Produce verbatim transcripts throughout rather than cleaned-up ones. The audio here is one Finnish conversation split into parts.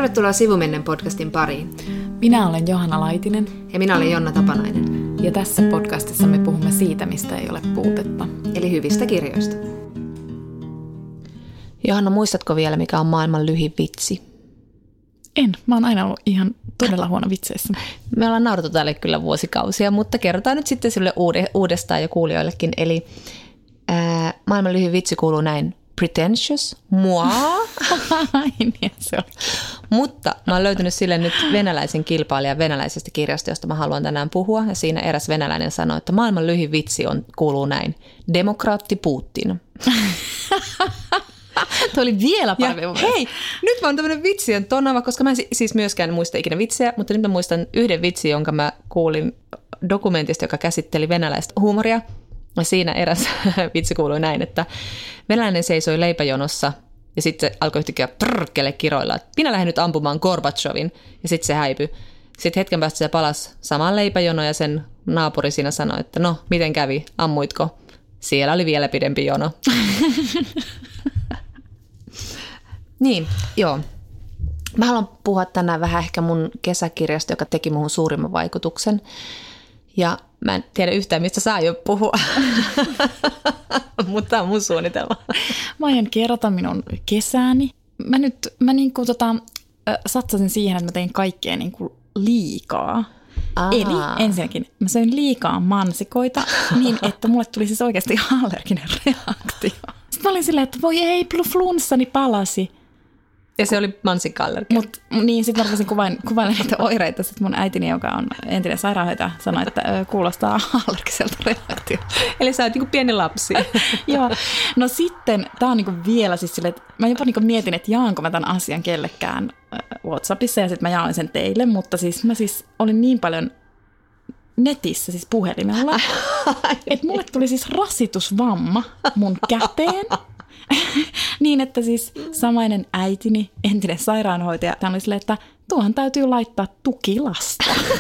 Tervetuloa Sivumennen podcastin pariin. Minä olen Johanna Laitinen. Ja minä olen Jonna Tapanainen. Ja tässä podcastissa me puhumme siitä, mistä ei ole puutetta. Eli hyvistä kirjoista. Johanna, muistatko vielä, mikä on maailman lyhin vitsi? En. Mä oon aina ollut ihan todella huono vitseissä. Me ollaan naurattu tälle kyllä vuosikausia, mutta kerrotaan nyt sitten sille uudestaan jo kuulijoillekin. Eli ää, maailman lyhin vitsi kuuluu näin. Pretentious, moi. Ai niin, se on. Mutta mä oon löytänyt sille nyt venäläisen kilpailijan venäläisestä kirjasta, josta mä haluan tänään puhua. Ja siinä eräs venäläinen sanoi, että maailman lyhin vitsi on, kuuluu näin. Demokraatti Putin. Tuo oli vielä parempi. Hei, nyt mä oon tämmönen vitsien tonava, koska mä en siis myöskään muista ikinä vitsiä, mutta nyt mä muistan yhden vitsin, jonka mä kuulin dokumentista, joka käsitteli venäläistä huumoria. Ja siinä eräs vitsi kuului näin, että venäläinen seisoi leipäjonossa ja sitten se alkoi yhtäkkiä prrrkele kiroilla, että minä lähden nyt ampumaan Gorbachevin ja sitten se häipyi. Sitten hetken päästä se palasi samaan leipäjonoon ja sen naapuri siinä sanoi, että no, miten kävi, ammuitko? Siellä oli vielä pidempi jono. Niin, joo. Mä haluan puhua tänään vähän ehkä mun kesäkirjasta, joka teki muhun suurimman vaikutuksen. Ja mä en tiedä yhtään, mistä saa jo puhua, mutta tämä on mun suunnitelma. Mä aion kerrata minun kesääni. Mä nyt mä niinku tota, satsasin siihen, että mä tein kaikkea niinku liikaa. Aa. Eli ensinnäkin mä söin liikaa mansikoita niin, että mulle tuli siis oikeasti allerginen reaktio. Sitten mä olin silleen, että voi ei, flunssani palasi. Ja se oli mansikka-allergia. Mut, niin, sitten mä rupesin kuvain, kuvailemaan niitä oireita. Sitten mun äitini, joka on entinen sairaanhoitaja, sanoi, että ö, kuulostaa allergiselta reaktiolta. Eli sä oot niinku pieni lapsi. Joo. No sitten, tää on niinku vielä siis silleen, että mä jopa niinku mietin, että jaanko mä tämän asian kellekään WhatsAppissa ja sitten mä jaan sen teille. Mutta siis mä siis olin niin paljon netissä, siis puhelimella, että mulle tuli siis rasitusvamma mun käteen. Niin, että siis samainen äitini, entinen sairaanhoitaja, hän oli silleen, että tuohon täytyy laittaa tukilasta.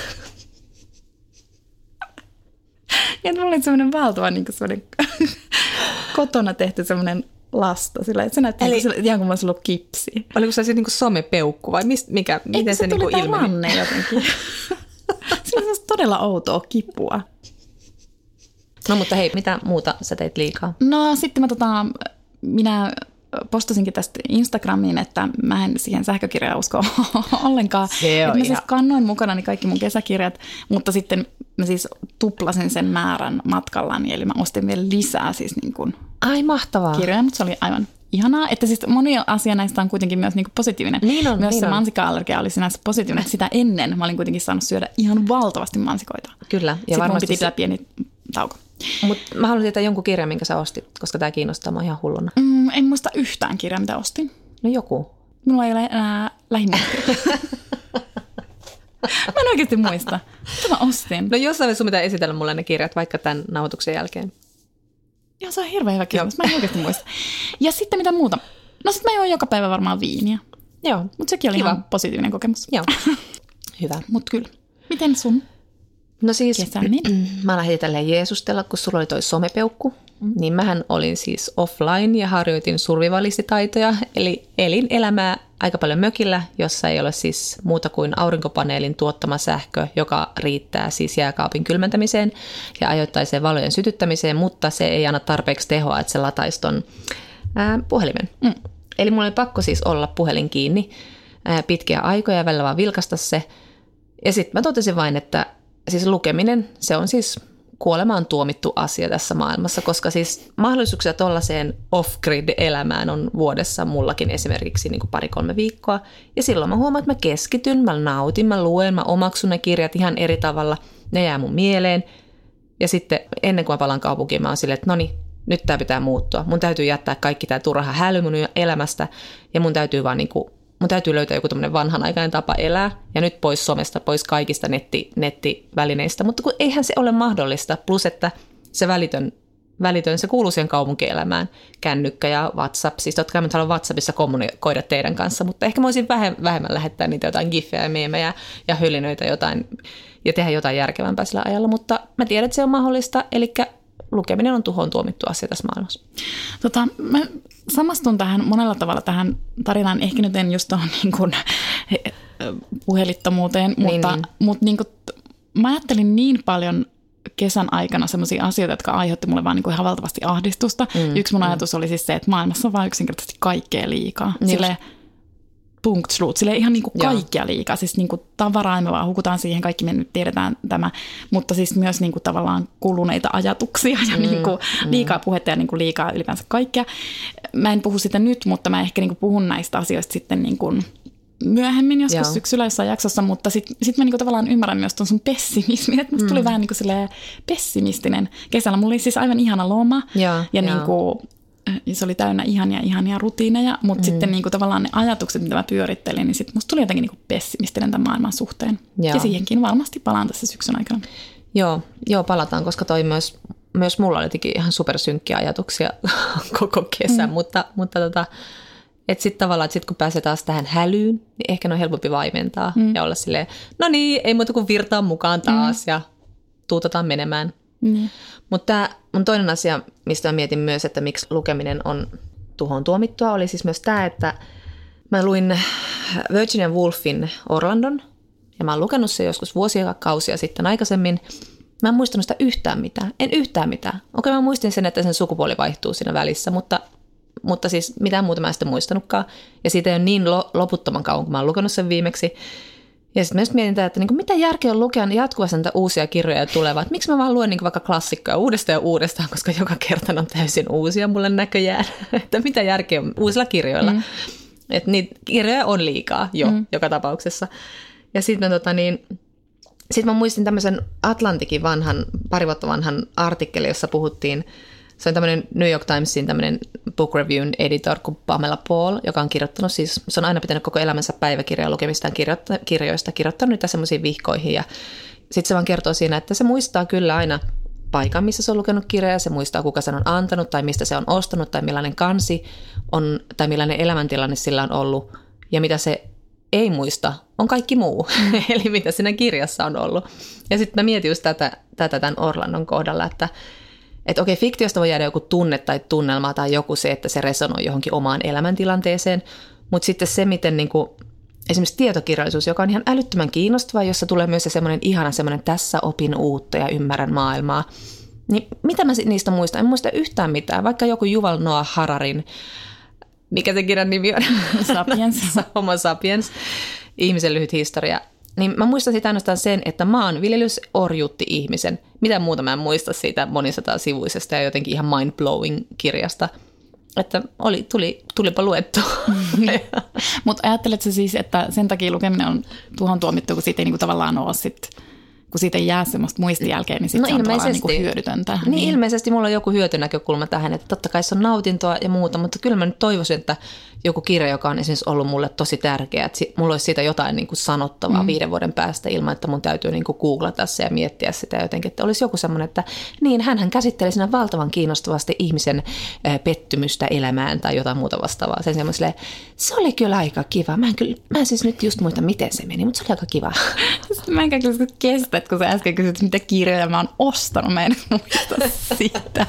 Ja mulla oli semmoinen valtava niin semmoinen kotona tehty semmoinen lasta, sillä että se näytti Eli, ihan kuin mulla olisi ollut kipsi. Oliko se siis niin kuin somepeukku vai mist, mikä, miten se, se niin kuin ilmeni? Eikö se tuli jotenkin? Se oli todella outoa kipua. No mutta hei, mitä muuta sä teit liikaa? No sitten mä tota... Minä postasinkin tästä Instagramiin, että mä en siihen sähkökirjaan usko ollenkaan. Se on mä siis kannoin mukanani kaikki mun kesäkirjat, mutta sitten mä siis tuplasin sen määrän matkallani, eli mä ostin vielä lisää siis niin kuin Ai mahtavaa. kirjoja, mutta se oli aivan ihanaa, että siis moni asia näistä on kuitenkin myös niin kuin positiivinen. Niin on, myös niin se on. mansikka-allergia oli sinänsä positiivinen, että sitä ennen mä olin kuitenkin saanut syödä ihan valtavasti mansikoita. Kyllä. Ja sitten varmasti mun piti pitää pieni tauko. Mutta mä haluan tietää jonkun kirjan, minkä sä ostit, koska tää kiinnostaa mua ihan hulluna. Mm, en muista yhtään kirjaa, mitä ostin. No joku. Minulla ei ole enää lähimuistia. Mä en oikeasti muista. Mitä mä ostin? No jossain vaiheessa sun pitää esitellä mulle ne kirjat, vaikka tämän nauhoituksen jälkeen. Joo, se on hirveän hyvä kysymys. Mä en oikeasti muista. Ja sitten mitä muuta? No sit mä juon joka päivä varmaan viiniä. Joo. Mutta sekin oli Kiva. ihan positiivinen kokemus. Joo. Hyvä. Mut kyllä. Miten sun? No siis, kesäni? mä lähdin tälleen jeesustella, kun sulla oli toi somepeukku. Mm. Niin mähän olin siis offline ja harjoitin survivalistitaitoja, eli elin elämää aika paljon mökillä, jossa ei ole siis muuta kuin aurinkopaneelin tuottama sähkö, joka riittää siis jääkaapin kylmentämiseen ja ajoittaiseen valojen sytyttämiseen, mutta se ei anna tarpeeksi tehoa, että se lataisi ton ää, puhelimen. Mm. Eli mulla oli pakko siis olla puhelin kiinni ää, pitkiä aikoja ja välillä vaan vilkasta se. Ja sitten mä totesin vain, että siis lukeminen, se on siis kuolemaan tuomittu asia tässä maailmassa, koska siis mahdollisuuksia tuollaiseen off-grid-elämään on vuodessa mullakin esimerkiksi niin kuin pari-kolme viikkoa. Ja silloin mä huomaan, että mä keskityn, mä nautin, mä luen, mä omaksun ne kirjat ihan eri tavalla, ne jää mun mieleen. Ja sitten ennen kuin mä palaan kaupunkiin, mä oon silleen, että no niin, nyt tää pitää muuttua. Mun täytyy jättää kaikki tää turha häly mun elämästä ja mun täytyy vaan niin kuin Mun täytyy löytää joku tämmöinen vanhanaikainen tapa elää ja nyt pois somesta, pois kaikista netti, nettivälineistä, mutta kun eihän se ole mahdollista, plus että se välitön, välitön se kuuluu siihen kaupunkielämään, kännykkä ja WhatsApp, siis totta kai mä haluan WhatsAppissa kommunikoida teidän kanssa, mutta ehkä mä voisin vähemmän, vähemmän lähettää niitä jotain gifejä ja meemejä ja hölinöitä jotain ja tehdä jotain järkevämpää sillä ajalla, mutta mä tiedän, että se on mahdollista, eli lukeminen on tuhoon tuomittu asia tässä maailmassa. Tota, mä samastun tähän monella tavalla tähän tarinaan. Ehkä nyt en just tuohon niin kuin puhelittomuuteen, niin, mutta, niin. mutta niin kuin, mä ajattelin niin paljon kesän aikana sellaisia asioita, jotka aiheutti mulle vaan niin kuin ihan valtavasti ahdistusta. Mm, Yksi mun mm. ajatus oli siis se, että maailmassa on vaan yksinkertaisesti kaikkea liikaa. Silleen punkt slut, silleen ihan niin kuin kaikkea liikaa. Siis niin kuin tavaraa, me vaan hukutaan siihen, kaikki me nyt tiedetään tämä, mutta siis myös niin kuin tavallaan kuluneita ajatuksia ja mm, niin kuin liikaa puhetta ja niin kuin liikaa ylipäänsä kaikkea. Mä en puhu sitä nyt, mutta mä ehkä niin kuin puhun näistä asioista sitten niin kuin myöhemmin joskus Joo. syksyllä jossain jaksossa, mutta sitten sit mä niinku tavallaan ymmärrän myös tuon sun pessimismin, että musta mm. tuli vähän niinku silleen pessimistinen. Kesällä mulla oli siis aivan ihana loma ja, ja niinku, se oli täynnä ihania ihania rutiineja, mutta mm. sitten niinku tavallaan ne ajatukset, mitä mä pyörittelin, niin sitten musta tuli jotenkin niinku pessimistinen tämän maailman suhteen. Joo. Ja siihenkin varmasti palaan tässä syksyn aikana. Joo, Joo palataan, koska toi myös, myös mulla oli ihan supersynkkiä ajatuksia koko kesä, mm. mutta, mutta tota... Että sitten tavallaan, että sit kun pääsee taas tähän hälyyn, niin ehkä ne on helpompi vaimentaa mm. ja olla silleen, no niin, ei muuta kuin virtaa mukaan taas mm. ja tuutetaan menemään. Mm. Mutta tämä mun toinen asia, mistä mä mietin myös, että miksi lukeminen on tuhoon tuomittua, oli siis myös tämä, että mä luin Virginia Woolfin Orlandon ja mä oon lukenut se joskus vuosia kausia sitten aikaisemmin. Mä en muistanut sitä yhtään mitään, en yhtään mitään. Okei, mä muistin sen, että sen sukupuoli vaihtuu siinä välissä, mutta... Mutta siis mitään muuta mä en sitten muistanutkaan. Ja siitä ei ole niin loputtoman kauan, kun mä oon lukenut sen viimeksi. Ja sitten mä just mietin, että niin kuin, mitä järkeä on lukea jatkuvasti näitä uusia kirjoja tulevaa. Että miksi mä vaan luen niin kuin vaikka klassikkoja uudestaan ja uudestaan, koska joka kerta on täysin uusia mulle näköjään. Että mitä järkeä on uusilla kirjoilla. Mm. Että niitä kirjoja on liikaa jo mm. joka tapauksessa. Ja sitten mä, tota, niin, sit mä muistin tämmöisen Atlantikin vanhan, pari vuotta vanhan artikkelin, jossa puhuttiin. Se on tämmöinen New York Timesin tämmöinen book reviewn editor kuin Pamela Paul, joka on kirjoittanut siis, se on aina pitänyt koko elämänsä päiväkirjaa lukemistaan kirjoitta, kirjoista, kirjoittanut niitä semmoisiin vihkoihin ja sitten se vaan kertoo siinä, että se muistaa kyllä aina paikan, missä se on lukenut kirjaa, se muistaa kuka sen on antanut tai mistä se on ostanut tai millainen kansi on tai millainen elämäntilanne sillä on ollut ja mitä se ei muista, on kaikki muu, mm. eli mitä siinä kirjassa on ollut. Ja sitten mä mietin just tätä, tätä tämän Orlandon kohdalla, että Että okei, fiktiosta voi jäädä joku tunne tai tunnelma tai joku se, että se resonoi johonkin omaan elämäntilanteeseen, mutta sitten se, miten niin kuin, esimerkiksi tietokirjallisuus, joka on ihan älyttömän kiinnostava, jossa tulee myös se semmoinen ihana semmoinen tässä opin uutta ja ymmärrän maailmaa, niin mitä mä niistä muistan? En muista yhtään mitään, vaikka joku Yuval Noah Hararin, mikä se kirjan nimi on? Sapiens. Homo sapiens, ihmisen lyhyt historia. Niin mä muistan siitä ainoastaan sen, että maanviljelys orjuutti ihmisen. Mitä muuta mä en muista siitä monisataa sivuisesta ja jotenkin ihan mind-blowing kirjasta. Että oli, tuli, tulipa luettu. Mutta ajatteletko siis, että sen takia lukeminen on tuohon tuomittu, kun siitä ei niinku tavallaan ole sit, kun siitä ei jää semmoista muistijälkeä, niin sitten no se on tavallaan niinku hyödytöntä. Niin, niin ilmeisesti mulla on joku hyötynäkökulma tähän, että totta kai se on nautintoa ja muuta, mutta kyllä mä nyt toivoisin, että joku kirja, joka on esimerkiksi ollut mulle tosi tärkeä, että mulla olisi siitä jotain niin kuin sanottavaa mm. viiden vuoden päästä ilman, että mun täytyy niin kuin googlata se ja miettiä sitä jotenkin, että olisi joku semmoinen, että niin, hänhän käsitteli siinä valtavan kiinnostavasti ihmisen pettymystä elämään tai jotain muuta vastaavaa. Sen semmoiselle, se oli kyllä aika kiva. Mä en, kyllä, mä en siis nyt just muista, miten se meni, mutta se oli aika kiva. Mä enkä kyllä kestä, että kun sä äsken kysyt, mitä kirjoja mä oon ostanut, mä en muista sitä.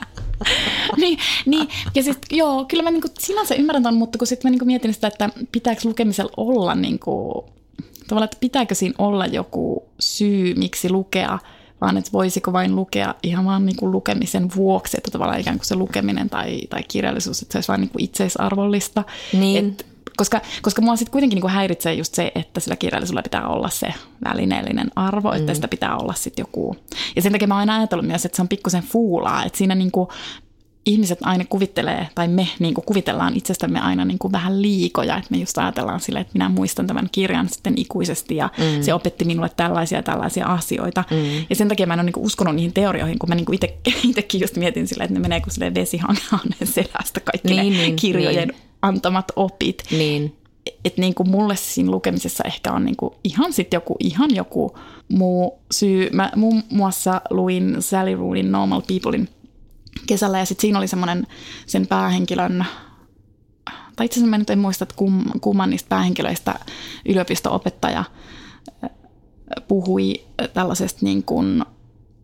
niin, niin, ja sitten joo, kyllä mä niinku sinänsä ymmärrän ton, mutta kun sitten mä niinku mietin sitä, että pitääkö lukemisella olla niinku, tavallaan, että pitääkö siinä olla joku syy, miksi lukea, vaan että voisiko vain lukea ihan vaan niinku lukemisen vuoksi, että tavallaan ikään kuin se lukeminen tai, tai kirjallisuus, että se olisi vain niinku itseisarvollista. Niin. Et, koska, koska mua sitten kuitenkin niinku häiritsee just se, että sillä kirjallisuudella pitää olla se välineellinen arvo, että mm. sitä pitää olla sitten joku. Ja sen takia mä oon aina ajatellut myös, että se on pikkusen fuulaa, että siinä niinku ihmiset aina kuvittelee, tai me niinku kuvitellaan itsestämme aina niinku vähän liikoja, että me just ajatellaan silleen, että minä muistan tämän kirjan sitten ikuisesti ja mm. se opetti minulle tällaisia tällaisia asioita. Mm. Ja sen takia mä en ole niinku uskonut niihin teorioihin, kun mä niinku itsekin just mietin silleen, että ne menee kuin silleen vesihannen selästä kaikki niin, ne niin, kirjojen niin. antamat opit. Niin. Että niinku mulle siinä lukemisessa ehkä on niinku ihan sitten joku, ihan joku muu syy. Mä muun muassa luin Sally Rooney Normal Peoplein kesällä ja sitten siinä oli semmoinen sen päähenkilön, tai itse asiassa mä nyt en muista, että kum, kumman niistä päähenkilöistä yliopisto-opettaja puhui tällaisesta niin kuin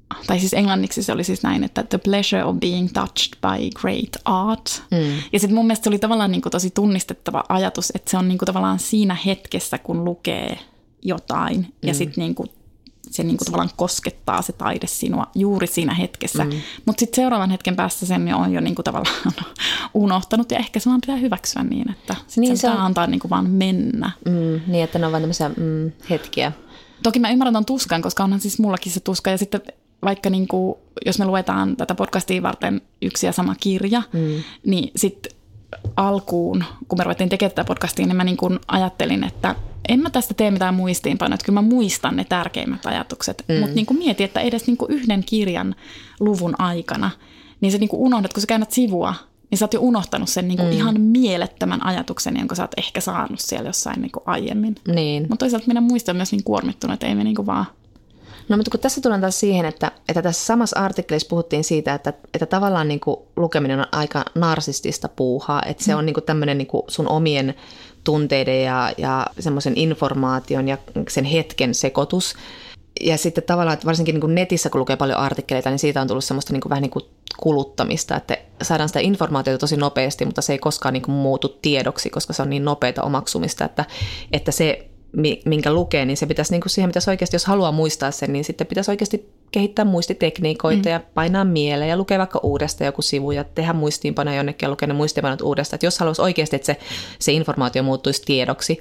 tai siis englanniksi se oli siis näin, että the pleasure of being touched by great art. Mm. Ja sitten mun mielestä se oli tavallaan niin kuin tosi tunnistettava ajatus, että se on niin kuin tavallaan siinä hetkessä, kun lukee jotain mm. ja sitten niin kuin se niin kuin tavallaan koskettaa se taide sinua juuri siinä hetkessä. Mm. Mutta sitten seuraavan hetken päästä sen on jo niin kuin tavallaan unohtanut ja ehkä se vaan pitää hyväksyä niin, että niin se on antaa niin kuin vaan mennä. Mm, niin, että ne on vaan tämmöisiä mm, hetkiä. Toki mä ymmärrän ton tuskan, koska onhan siis mullakin se tuska ja sitten vaikka niin kuin, jos me luetaan tätä podcastia varten yksi ja sama kirja, mm. niin sitten alkuun, kun me ruvettiin tekemään tätä podcastia, niin mä niin kuin ajattelin, että en mä tästä tee mitään muistiinpanoja, että kyllä mä muistan ne tärkeimmät ajatukset, mm. mutta niin kuin mietin, että edes niin kuin yhden kirjan luvun aikana, niin se niin kuin unohdat, kun sä käännät sivua, niin sä oot jo unohtanut sen niin kuin mm. ihan mielettömän ajatuksen, jonka sä oot ehkä saanut siellä jossain niin kuin aiemmin. Niin. Mutta toisaalta minä muistan myös niin kuormittunut, että ei me niin kuin vaan... No mutta kun tässä tullaan taas siihen, että, että tässä samassa artikkelissa puhuttiin siitä, että, että tavallaan niin kuin lukeminen on aika narsistista puuhaa, että se on niin kuin tämmöinen niin kuin sun omien tunteiden ja, ja semmoisen informaation ja sen hetken sekoitus. Ja sitten tavallaan, että varsinkin niin kuin netissä, kun lukee paljon artikkeleita, niin siitä on tullut semmoista niin kuin vähän niin kuin kuluttamista, että saadaan sitä informaatiota tosi nopeasti, mutta se ei koskaan niin kuin muutu tiedoksi, koska se on niin nopeata omaksumista, että, että se, minkä lukee, niin se pitäisi, niin kuin siihen pitäisi oikeasti, jos haluaa muistaa sen, niin sitten pitäisi oikeasti kehittää muistitekniikoita mm. ja painaa mieleen ja lukea vaikka uudestaan joku sivu ja tehdä muistiinpanoja jonnekin ja lukea ne muistiinpanot uudestaan, että jos haluaisi oikeasti, että se, se informaatio muuttuisi tiedoksi.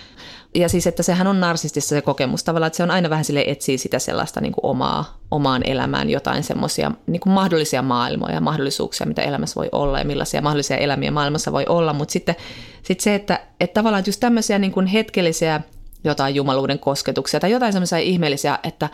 Ja siis, että sehän on narsistissa se kokemus tavallaan, että se on aina vähän sille etsii sitä sellaista niin kuin omaa, omaan elämään jotain semmoisia niin kuin mahdollisia maailmoja ja mahdollisuuksia, mitä elämässä voi olla ja millaisia mahdollisia elämiä maailmassa voi olla. Mutta sitten sit se, että, että tavallaan just tämmöisiä niin kuin hetkellisiä jotain jumaluuden kosketuksia tai jotain semmoisia ihmeellisiä, että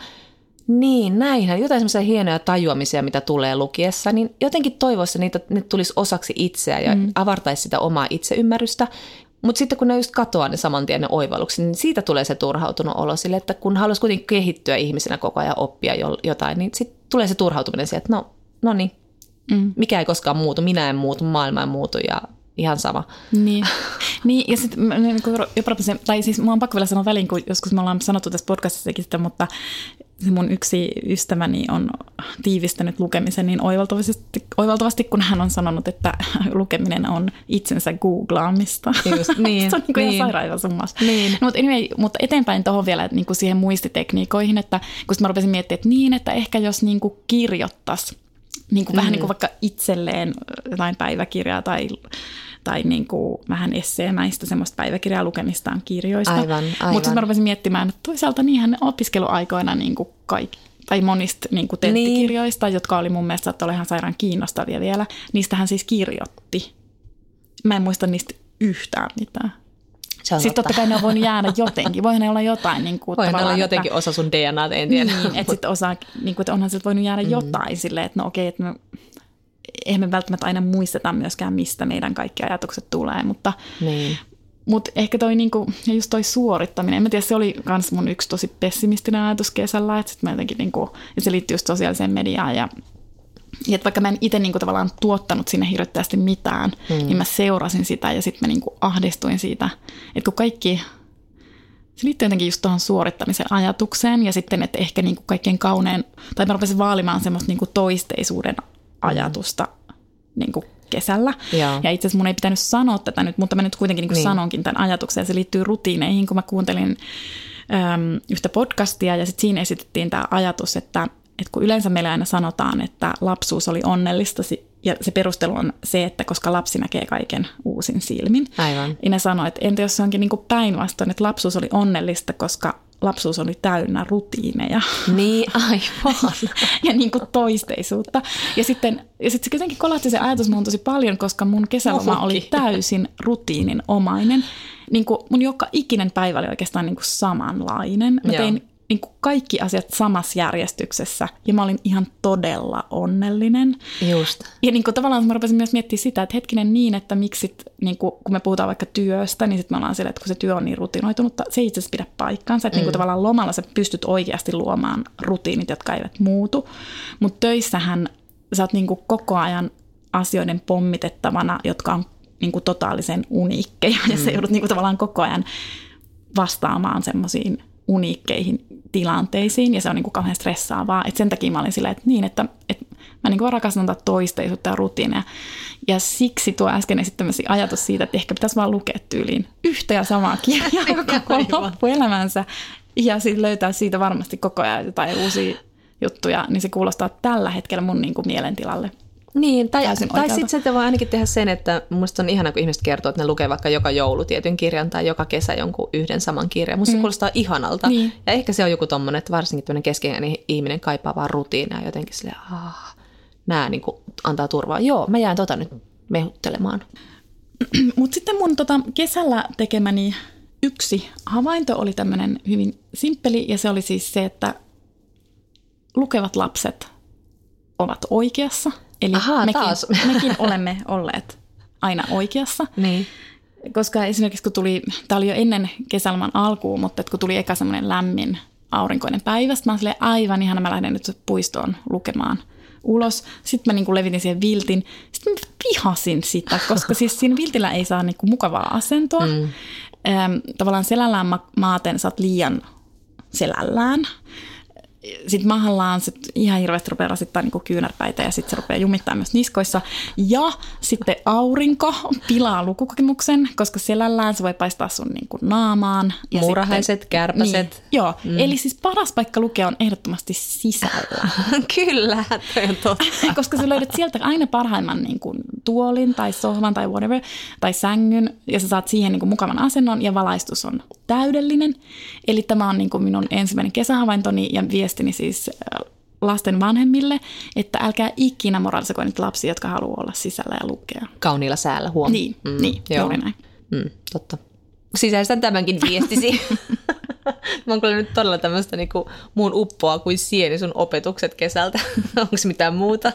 niin, näinhän, jotain semmoisia hienoja tajuamisia, mitä tulee lukiessa, niin jotenkin toivoissa niitä ne tulisi osaksi itseä ja mm. avartaisi sitä omaa itseymmärrystä. Mutta sitten kun ne just katoaa ne saman tien ne oivallukset, niin siitä tulee se turhautunut olo sille, että kun haluaisi kuitenkin kehittyä ihmisenä koko ajan oppia jotain, niin sitten tulee se turhautuminen siihen, että no, no niin, mm. mikä ei koskaan muutu, minä en muutu, maailma ei muutu ja ihan sama. Niin, niin ja sitten jopa se, tai siis minua on pakko vielä sanoa väliin, kun joskus me ollaan sanottu tässä podcastissakin sitä, mutta se mun yksi ystäväni on tiivistänyt lukemisen niin oivaltavasti, oivaltavasti, kun hän on sanonut, että lukeminen on itsensä googlaamista. Just, niin, se on niin kuin niin. ihan sairaan summas. Niin. No, mutta, anyway, mutta eteenpäin tuohon vielä niin kuin siihen muistitekniikoihin, että kun mä rupesin miettimään, että niin, että ehkä jos niin kuin kirjoittaisi niin kuin mm. vähän niin kuin vaikka itselleen jotain päiväkirjaa tai, tai niin kuin vähän esseemäistä semmoista päiväkirjaa lukemistaan kirjoista. Aivan, aivan. Mutta sitten mä rupesin miettimään, että toisaalta niinhän opiskeluaikoina niin kuin kaikki, tai monista niin kuin tenttikirjoista, niin. jotka oli mun mielestä, että oli ihan sairaan kiinnostavia vielä, niistähän siis kirjoitti. Mä en muista niistä yhtään mitään. Sitten totta kai ne on voinut jäädä jotenkin. Voihan ne olla jotain. Niin kuin, Voihan ne olla jotenkin että, osa sun D N A:ta, en tiedä. Niin, että sitten osa, niin kuin, että onhan sieltä voinut jäädä mm. jotain silleen, että no okei, että me, eihän me välttämättä aina muisteta myöskään, mistä meidän kaikki ajatukset tulee, mutta, niin. mutta ehkä toi, niin kuin, ja just toi suorittaminen, en mä tiedä, se oli myös mun yksi tosi pessimistinen ajatus kesällä, että sit mä jotenkin, niin kuin, ja se liittyy just sosiaaliseen mediaan ja Ja että vaikka mä en itse niinku tavallaan tuottanut sinne hirveästi mitään, mm. niin mä seurasin sitä ja sitten mä niinku ahdistuin siitä. Että kun kaikki, se liittyy jotenkin just tuohon suorittamisen ajatukseen ja sitten, että ehkä niinku kaikkein kaunein, tai mä rupesin vaalimaan semmoista niinku toisteisuuden ajatusta niinku kesällä. Ja, ja itse asiassa mun ei pitänyt sanoa tätä nyt, mutta mä nyt kuitenkin niinku niin. sanonkin tämän ajatuksen ja se liittyy rutiineihin, kun mä kuuntelin äm, yhtä podcastia ja sitten siinä esitettiin tämä ajatus, että että kun yleensä meille aina sanotaan, että lapsuus oli onnellista, ja se perustelu on se, että koska lapsi näkee kaiken uusin silmin. Aivan. Ja ne sanoo, että entä jos se onkin niin kuin päinvastoin, että lapsuus oli onnellista, koska lapsuus oli täynnä rutiineja. Niin, aivan. ja niin kuin toisteisuutta. Ja sitten ja sit se jotenkin kolahti se ajatus mun tosi paljon, koska mun kesäloma oli täysin rutiininomainen. Niin kuin mun joka ikinen päivä oli oikeastaan niin kuin samanlainen. Mä tein niin kuin kaikki asiat samassa järjestyksessä ja mä olin ihan todella onnellinen. Just. Ja niin kuin tavallaan mä rupesin myös miettimään sitä, että hetkinen niin, että miksi, niin kuin, kun me puhutaan vaikka työstä, niin sitten me ollaan sillä, että kun se työ on niin rutinoitunut, se ei itse asiassa pidä paikkaansa. Että mm. niin kuin tavallaan lomalla sä pystyt oikeasti luomaan rutiinit, jotka eivät muutu. Mutta töissähän sä oot niin kuin koko ajan asioiden pommitettavana, jotka on niin kuin totaalisen uniikkeja. Mm. Ja sä joudut niin kuin tavallaan koko ajan vastaamaan semmoisiin uniikkeihin tilanteisiin ja se on niin kuin kauhean stressaavaa. Et sen takia mä olin silleen, että niin, että, että mä niin kuin rakastan tätä toisteisuutta ja rutiineja. Ja siksi tuo äsken esittämäsi ajatus siitä, että ehkä pitäisi vaan lukea tyyliin yhtä ja samaa kirjaa koko loppuelämänsä ja sitten löytää siitä varmasti koko ajan jotain uusia juttuja, niin se kuulostaa tällä hetkellä mun niin kuin mielentilalle. Niin, tai, tai sitten se voi ainakin tehdä sen, että musta on ihana, kun ihmiset kertoo, että ne lukee vaikka joka joulu tietyn kirjan tai joka kesä jonkun yhden saman kirjan. Musta mm. se kuulostaa ihanalta. Niin. Ja ehkä se on joku tommonen, että varsinkin tämmöinen keskeinen ihminen kaipaa vaan rutiinia jotenkin silleen, aah, nää niin kuin antaa turvaa. Joo, mä jään tota nyt mehuttelemaan. Mutta sitten mun tota kesällä tekemäni yksi havainto oli tämmöinen hyvin simppeli ja se oli siis se, että lukevat lapset ovat oikeassa. Eli Ahaa, mekin, taas. mekin olemme olleet aina oikeassa. Niin. Koska esimerkiksi kun tuli, tämä oli jo ennen kesäloman alkuun, mutta kun tuli eka semmoinen lämmin aurinkoinen päivä, mä olin silleen, aivan ihana, mä lähden nyt puistoon lukemaan ulos. Sitten mä niin kuin levitin siihen viltin. Sitten mä vihasin sitä, koska siis siinä viltillä ei saa niin kuin mukavaa asentoa. Mm. Ähm, tavallaan selällään ma- maaten sä oot liian selällään. Sitten mahallaan se ihan hirveästi rupeaa rasittaa niin kuin kyynärpäitä ja sitten se rupeaa jumittaa myös niskoissa. Ja sitten aurinko pilaa lukukokemuksen, koska selällään se voi paistaa sun niin kuin naamaan. Ja muurahaiset, sitten, kärpäset. Niin, joo, mm. eli siis paras paikka lukea on ehdottomasti sisällä. Kyllä, toi on totta. Koska sä löydät sieltä aina parhaimman niin kuin tuolin tai sohvan tai whatever, tai sängyn, ja sä saat siihen niin kuin mukavan asennon, ja valaistus on täydellinen. Eli tämä on niin kuin minun ensimmäinen kesähavaintoni ja viestini siis lasten vanhemmille, että älkää ikinä moraalisako niitä lapsia, jotka haluaa olla sisällä ja lukea. Kauniilla säällä, huom. Niin, mm, niin juuri näin. Mm, totta. Sisäistän tämänkin viestisi. Mä oon kyllä nyt todella tämmöistä niinku muun uppoa kuin sieni sun opetukset kesältä. Onko mitään muuta?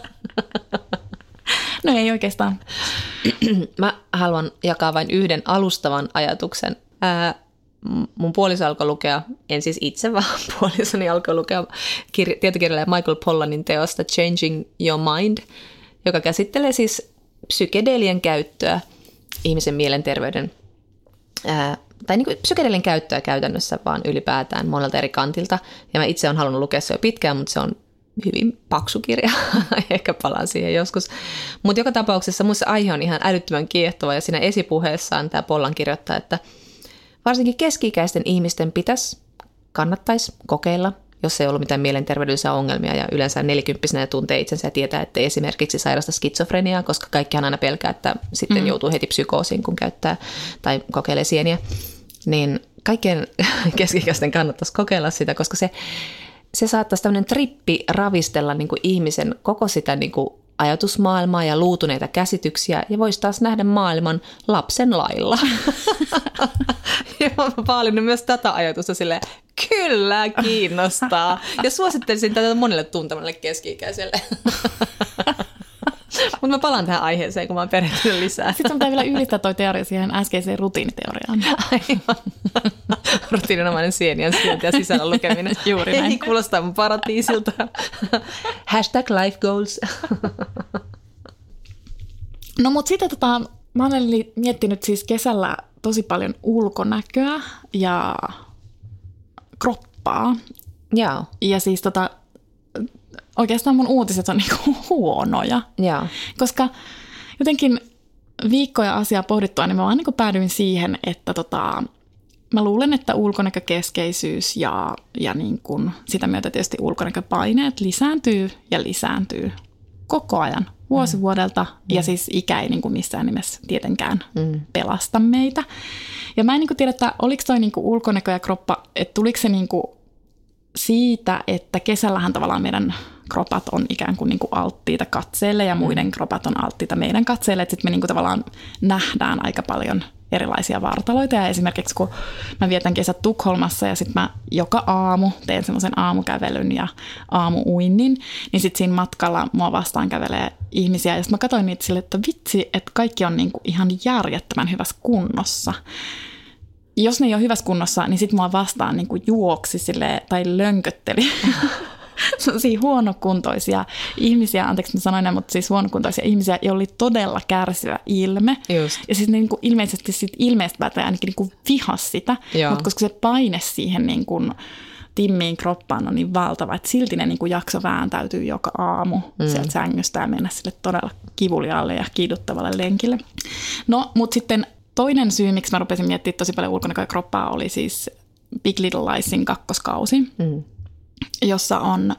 No ei oikeastaan. Mä haluan jakaa vain yhden alustavan ajatuksen. Ää, mun puoliso alkoi lukea, en siis itse, vaan puolisoni alkoi lukea kir- tietokirjailija Michael Pollanin teosta Changing Your Mind, joka käsittelee siis psykedelien käyttöä ihmisen mielenterveyden, ää, tai niin kuin psykedelien käyttöä käytännössä vaan ylipäätään monelta eri kantilta. Ja mä itse olen halunnut lukea se jo pitkään, mutta se on hyvin paksu kirja, ehkä palaan siihen joskus. Mutta joka tapauksessa mun se aihe on ihan älyttömän kiehtova ja siinä esipuheessaan tämä Pollan kirjoittaa, että varsinkin keski-ikäisten ihmisten pitäisi, kannattaisi kokeilla, jos ei ollut mitään mielenterveydellisiä ongelmia ja yleensä nelikymppisenä tuntee itsensä ja tietää, että ei esimerkiksi sairasta skitsofreniaa, koska kaikkihan aina pelkää, että sitten mm. joutuu heti psykoosiin, kun käyttää tai kokeilee sieniä. Niin kaikkien keski-ikäisten kannattaisi kokeilla sitä, koska se, se saattaisi tämmöinen trippi ravistella niin kuin ihmisen koko sitä niin kuin ajatusmaailmaa ja luutuneita käsityksiä ja voisi taas nähdä maailman lapsen lailla. Ja mä oon valinnut myös tätä ajatusta silleen, kyllä kiinnostaa. Ja suosittelisin tätä monelle tuntemalle keski-ikäiselle. Mutta mä palaan tähän aiheeseen, kun mä oon perehtynyt lisää. Sitten sun pitää vielä yhdistää toi teoria siihen äskeiseen rutiiniteoriaan. Aivan. Rutiininomainen sienien syönti ja sisällä lukeminen. Juuri näin. Ei kuulostaa mun paratiisilta. Hashtag life goals. No mut sitten tota, mä olen miettinyt siis kesällä tosi paljon ulkonäköä ja kroppaa. Joo. Ja siis tota, oikeastaan mun uutiset on niinku huonoja. Joo. Koska jotenkin viikkoja asiaa pohdittua, niin mä vaan niinku päädyin siihen, että tota, mä luulen, että ulkonäkökeskeisyys ja, ja niin kuin sitä myötä tietysti ulkonäköpaineet lisääntyy ja lisääntyy koko ajan, vuosi mm. vuodelta. Mm. Ja siis ikä ei niin kuin missään nimessä tietenkään mm. pelasta meitä. Ja mä en niin kuin tiedä, että oliko toi niin kuin ulkonäkö ja kroppa, että tuliko se niin kuin siitä, että kesällähän tavallaan meidän kropat on ikään kuin, niin kuin alttiita katseelle ja muiden mm. kropat on alttiita meidän katseelle. Että sitten me niin kuin tavallaan nähdään aika paljon erilaisia vartaloita. Ja esimerkiksi kun mä vietän kesät Tukholmassa ja sitten mä joka aamu teen semmoisen aamukävelyn ja aamuuinnin, niin sitten siinä matkalla mua vastaan kävelee ihmisiä. Ja sitten mä katsoin niitä sille, että vitsi, että kaikki on niinku ihan järjettömän hyvässä kunnossa. Jos ne ei ole hyvässä kunnossa, niin sitten mua vastaan niinku juoksi silleen, tai lönkötteli sellaisia huonokuntoisia ihmisiä, anteeksi mä sanoin näin, mutta siis huonokuntoisia ihmisiä, joilla oli todella kärsivä ilme. Just. Ja siis niin kuin ilmeisesti siitä ilmeistä päätellä ainakin niin kuin vihas sitä, Joo. mutta koska se paine siihen niin kuin timmiin kroppaan on niin valtava, että silti ne niin kuin jakso vääntäytyy joka aamu mm. sieltä sängystä ja mennä sille todella kivuliaalle ja kiiduttavalle lenkille. No, mutta sitten toinen syy, miksi mä rupesin miettimään tosi paljon ulkonäköä kroppaa, oli siis Big Little Liesin kakkoskausi, mm. jossa on,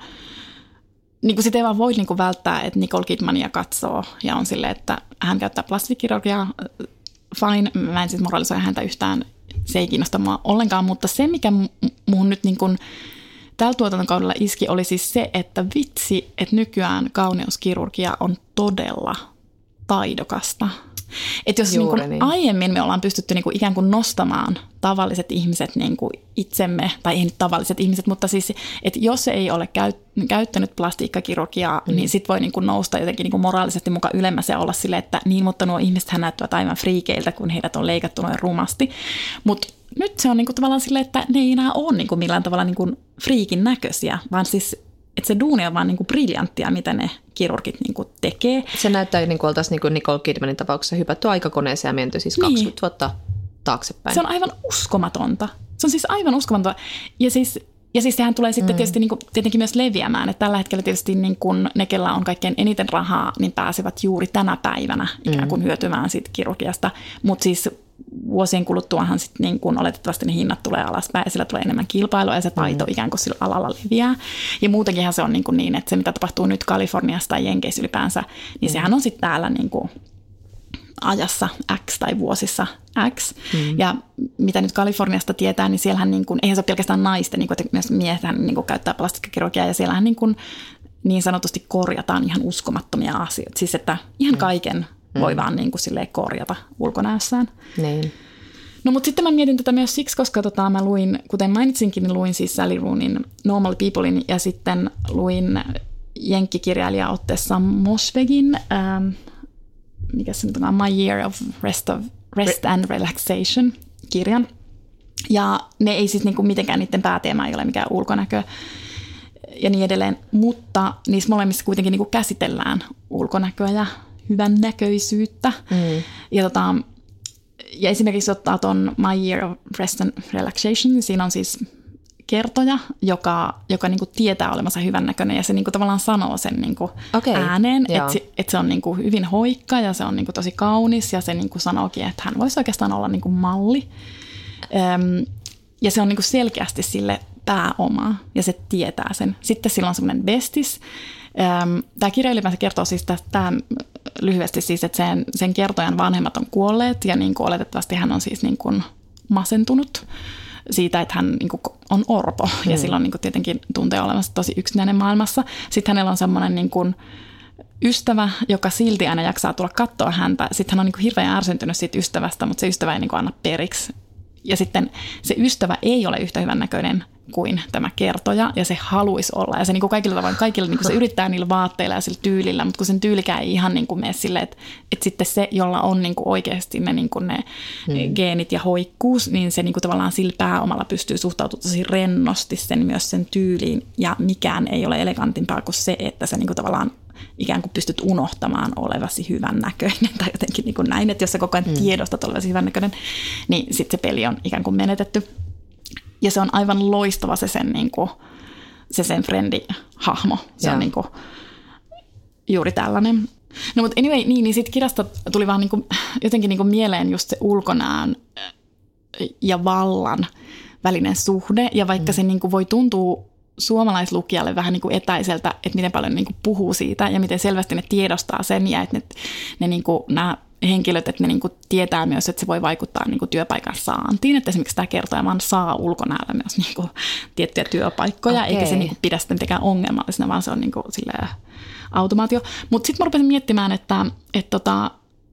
niin kuin sitä ei vaan voi niin kuin välttää, että Nicole Kidmania katsoo ja on silleen, että hän käyttää plastiikkirurgiaa, fine, mä en siis moralisoi häntä yhtään, se ei kiinnosta mua ollenkaan, mutta se, mikä muuhun nyt niin kuin tällä tuotantokaudella iski, oli siis se, että vitsi, että nykyään kauneuskirurgia on todella taidokasta. Että jos niin kuin niin. aiemmin me ollaan pystytty niin kuin ikään kuin nostamaan tavalliset ihmiset niin kuin itsemme, tai ei nyt tavalliset ihmiset, mutta siis, että jos ei ole käy, käyttänyt plastiikkakirurgiaa, mm. niin sit voi niin kuin nousta jotenkin niin kuin moraalisesti mukaan ylemmäs ja olla silleen, että niin, mutta nuo ihmisethän näyttävät aivan friikeiltä, kun heidät on leikattu noin rumasti. Mutta nyt se on niin kuin tavallaan silleen, että ne ei enää ole niin kuin millään tavalla niin kuin friikin näköisiä, vaan siis että se duuni on vaan niin kuin briljanttia, mitä ne kirurgit niin kuin tekee. Se näyttää niin kuin oltaisiin niin kuin Nicole Kidmanin tapauksessa hypätty aikakoneeseen ja menty siis kaksikymmentä niin. vuotta taaksepäin. Se on aivan uskomatonta. Se on siis aivan uskomatonta. Ja siis, ja siis sehän tulee sitten mm. tietysti niin kuin, tietenkin myös leviämään. Että tällä hetkellä tietysti niin kuin ne, kellä on kaikkein eniten rahaa, niin pääsevät juuri tänä päivänä ikään kuin mm. hyötymään siitä kirurgiasta. Mutta siis vuosien kuluttuahan sitten niin kun oletettavasti ne hinnat tulee alaspäin ja sillä tulee enemmän kilpailua ja se taito mm. ikään kuin sillä alalla leviää. Ja muutenkinhan se on niin, niin, että se mitä tapahtuu nyt Kaliforniassa tai Jenkeissä ylipäänsä, niin mm. sehän on sitten täällä niin kuin ajassa X tai vuosissa X. Mm. Ja mitä nyt Kaliforniasta tietää, niin siellähän niin kuin, eihän se ole pelkästään naisten, niin kuin, että myös miehethän niin kuin käyttää plastiikkakirurgiaa ja siellähän niin, kuin, niin sanotusti korjataan ihan uskomattomia asioita. Siis että ihan kaiken Mm. voi vaan niin kuin silleen korjata ulkonäössään. Niin. No mutta sitten mä mietin tätä myös siksi, koska tota, mä luin, kuten mainitsinkin, niin luin siis Sally Roonin Normal Peoplein ja sitten luin jenkkikirjailija Otte Mosvegin, ähm, mikä se nyt on, My Year of Rest, of, Rest and Relaxation kirjan. Ja ne ei siis niin kuin mitenkään niiden pääteema ei ole mikään ulkonäkö ja niin edelleen, mutta niissä molemmissa kuitenkin niin kuin käsitellään ulkonäköä ja hyvän näköisyyttä. Mm. Ja, tota, ja esimerkiksi ottaa tuon My Year of Rest and Relaxation, niin siinä on siis kertoja, joka, joka niinku tietää olemansa hyvän näköinen ja se niinku tavallaan sanoo sen niinku okay. ääneen, että se, et se on niinku hyvin hoikka ja se on niinku tosi kaunis ja se niinku sanookin, että hän voisi oikeastaan olla niinku malli. Öm, ja se on niinku selkeästi sille pääoma ja se tietää sen. Sitten sillä on semmoinen bestis. Tämä kirja ylipäänsä kertoo siis tästä lyhyesti siis, että sen, sen kertojan vanhemmat on kuolleet ja niin kuin oletettavasti hän on siis niin kuin masentunut siitä, että hän niin kuin on orpo mm. ja silloin niin kuin tietenkin tuntee olevansa tosi yksinäinen maailmassa. Sitten hänellä on semmoinen niin kuin ystävä, joka silti aina jaksaa tulla katsoa häntä. Sitten hän on niin kuin hirveän ärsyntynyt siitä ystävästä, mutta se ystävä ei niin kuin anna periksi. Ja sitten se ystävä ei ole yhtä hyvän näköinen kuin tämä kertoja, ja se haluaisi olla. Ja se niin kuin kaikilla tavoin, kaikilla niin kuin se yrittää niillä vaatteilla ja sillä tyylillä, mutta kun sen tyylikään ei ihan niin kuin mene silleen, että, että sitten se, jolla on niin kuin oikeasti ne, niin kuin ne hmm. geenit ja hoikkuus, niin se niin kuin tavallaan sillä pääomalla pystyy suhtautumaan tosi rennosti sen myös sen tyyliin, ja mikään ei ole elegantimpaa kuin se, että sä niin kuin tavallaan ikään kuin pystyt unohtamaan olevasi hyvän näköinen tai jotenkin niin kuin näin, että jos sä koko ajan hmm. tiedostat olevasi hyvän näköinen, niin sitten se peli on ikään kuin menetetty. Ja se on aivan loistava se sen, niin kuin, se sen frendi-hahmo. Se yeah. on niin kuin, juuri tällainen. No mutta anyway, niin, niin siitä kirjasta tuli vaan niin kuin, jotenkin niin kuin mieleen just se ulkonäön ja vallan välinen suhde. Ja vaikka mm. se niin kuin voi tuntua suomalaislukijalle vähän niin kuin etäiseltä, että miten paljon niin kuin puhuu siitä ja miten selvästi ne tiedostaa sen ja että ne, ne niin kuin, nämä henkilöt, että ne niin kuin tietää myös, että se voi vaikuttaa niin kuin työpaikan saantiin. Että esimerkiksi tämä kertoja vaan saa ulkonäöllä myös niin kuin tiettyjä työpaikkoja, okay. eikä se niin kuin pidä sitä mitenkään ongelmallisena, vaan se on niin kuin silleen automaatio. Mutta sitten mä rupesin miettimään, että, että tota,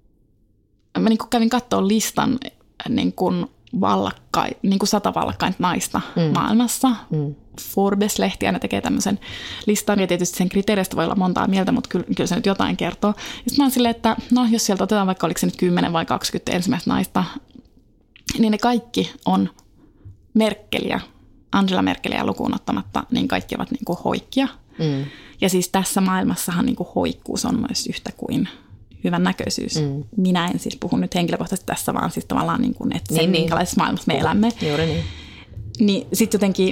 mä niin kuin kävin katsoa listan niin kuin vallakkai, niin kuin sata vallakkainta naista mm. maailmassa. Mm. Forbes-lehti aina tekee tämmöisen listan, ja tietysti sen kriteereistä voi olla montaa mieltä, mutta kyllä, kyllä se nyt jotain kertoo. Ja sitten mä oon silleen, että no, jos sieltä otetaan vaikka oliko se nyt kymmenen vai kaksikymmentä ensimmäistä naista, niin ne kaikki on Merkeliä Angela Merkelia lukuun ottamatta, niin kaikki ovat niin kuin hoikkia. Mm. Ja siis tässä maailmassahan niin kuin hoikkuus on myös yhtä kuin hyvän näköisyys. Mm. Minä en siis puhu nyt henkilökohtaisesti tässä, vaan siis tavallaan, niin kuin, että sen niin, minkälaisessa maailmassa me elämme. Juuri niin. Niin sitten jotenkin,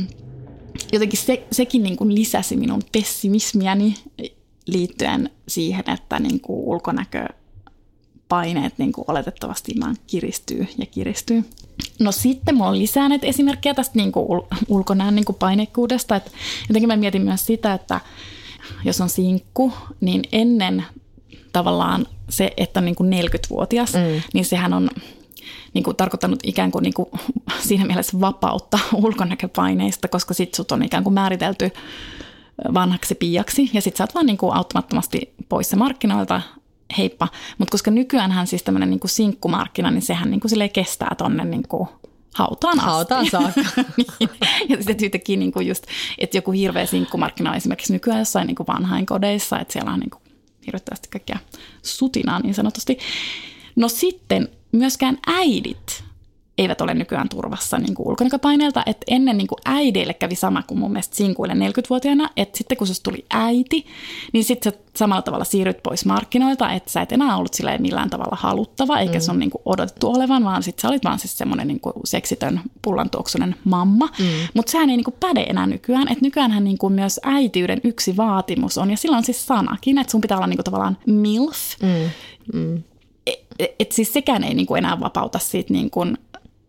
jotenkin se, sekin niin kuin lisäsi minun pessimismiäni liittyen siihen, että niin kuin ulkonäköpaineet niin kuin oletettavasti vaan kiristyy ja kiristyy. No sitten mulla on lisää näitä esimerkkejä tästä niin kuin ulkonäön niin kuin painekkuudesta. Että jotenkin mä mietin myös sitä, että jos on sinkku, niin ennen tavallaan se, että on niin kuin neljäkymmentävuotias, mm. niin sehän on niin kuin tarkoittanut ikään kuin, niin kuin siinä mielessä vapautta ulkonäköpaineista, koska sit sut on ikään kuin määritelty vanhaksi piiaksi ja sit sä oot vaan niin kuin auttamattomasti poissa markkinoilta, heippa. Mutta koska nykyäänhän siis tämmöinen niin kuin sinkkumarkkina, niin sehän niin kuin silleen kestää tonne niin kuin hautaan asti. Hautaan saakka. Niin. Ja sitten yhtäkkiä niin kuin just, että joku hirveä sinkkumarkkina on esimerkiksi nykyään jossain niin kuin vanhainkodeissa, että siellä on niin kuin hirveästi kaikkea sutinaa niin sanotusti. No sitten myöskään äidit eivät ole nykyään turvassa niin kuin ulkonäköpaineelta, että ennen niin kuin äideille kävi sama kuin mun mielestä sinkuille neljäkymmentävuotiaana, että sitten kun susta tuli äiti, niin sitten sä samalla tavalla siirryt pois markkinoilta, että sä et enää ollut silleen millään tavalla haluttava, eikä mm. se on niin kuin odotettu olevan, vaan sitten sä olit vaan siis semmoinen niin kuin seksitön pullantuoksunen mamma, mm. mutta sehän ei niin kuin päde enää nykyään, että nykyäänhän niin kuin myös äitiyden yksi vaatimus on, ja sillä on siis sanakin, että sun pitää olla niin kuin tavallaan milf, mm. Mm. Että et siis sekään ei niin kuin enää vapauta siitä niin kuin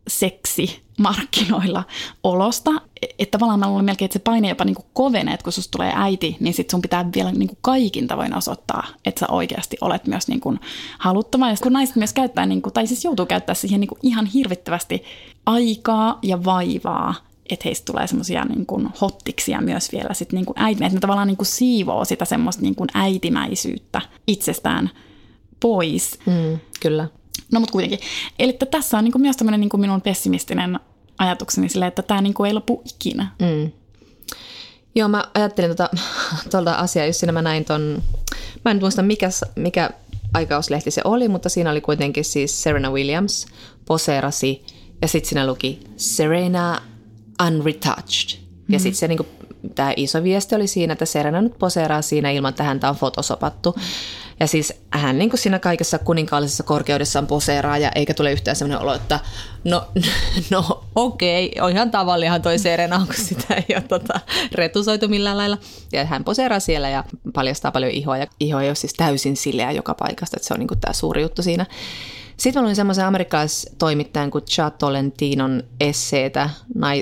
seksi markkinoilla olosta, että tavallaan mä luulen melkein, että se paine jopa niinku kovenee, että kun susta tulee äiti, niin sit sun pitää vielä niinku kaikin tavoin osoittaa, että sä oikeasti olet myös niinku haluttava. Ja kun naiset myös käyttää, niinku, tai siis joutuu käyttää siihen niinku ihan hirvittävästi aikaa ja vaivaa, että heistä tulee semmoisia niinku hottiksia myös vielä sit niinku äiti, että ne tavallaan niinku siivoo sitä semmoista niinku äitimäisyyttä itsestään pois. Mm, kyllä. No mutta kuitenkin. Eli tässä on niinku myös tämmöinen niinku minun pessimistinen ajatukseni sille, että tämä niinku ei lopu ikinä. Mm. Joo, mä ajattelin tuota, tuolta asiaa, jos siinä mä näin ton, mä en muista mikä, mikä aikauslehti se oli, mutta siinä oli kuitenkin siis Serena Williams poseerasi ja sitten siinä luki Serena Unretouched. Mm. Ja sitten se niinku, tämä iso viesti oli siinä, että Serena nyt poseeraa siinä ilman, että häntä on fotosopattu. Mm. Ja siis hän niin kuin siinä kaikessa kuninkaallisessa korkeudessaan poseeraa ja eikä tule yhtään sellainen olo, että no, no okei, on ihan tavallihan toi Serena, kun sitä ei ole tota, retusoitu millään lailla. Ja hän poseeraa siellä ja paljastaa paljon ihoa ja iho ei ole siis täysin sileä joka paikasta, että se on niin kuin tämä suuri juttu siinä. Sitten mä luin semmoisen amerikkalaistoimittajan kuin Chad Tolentinon esseetä,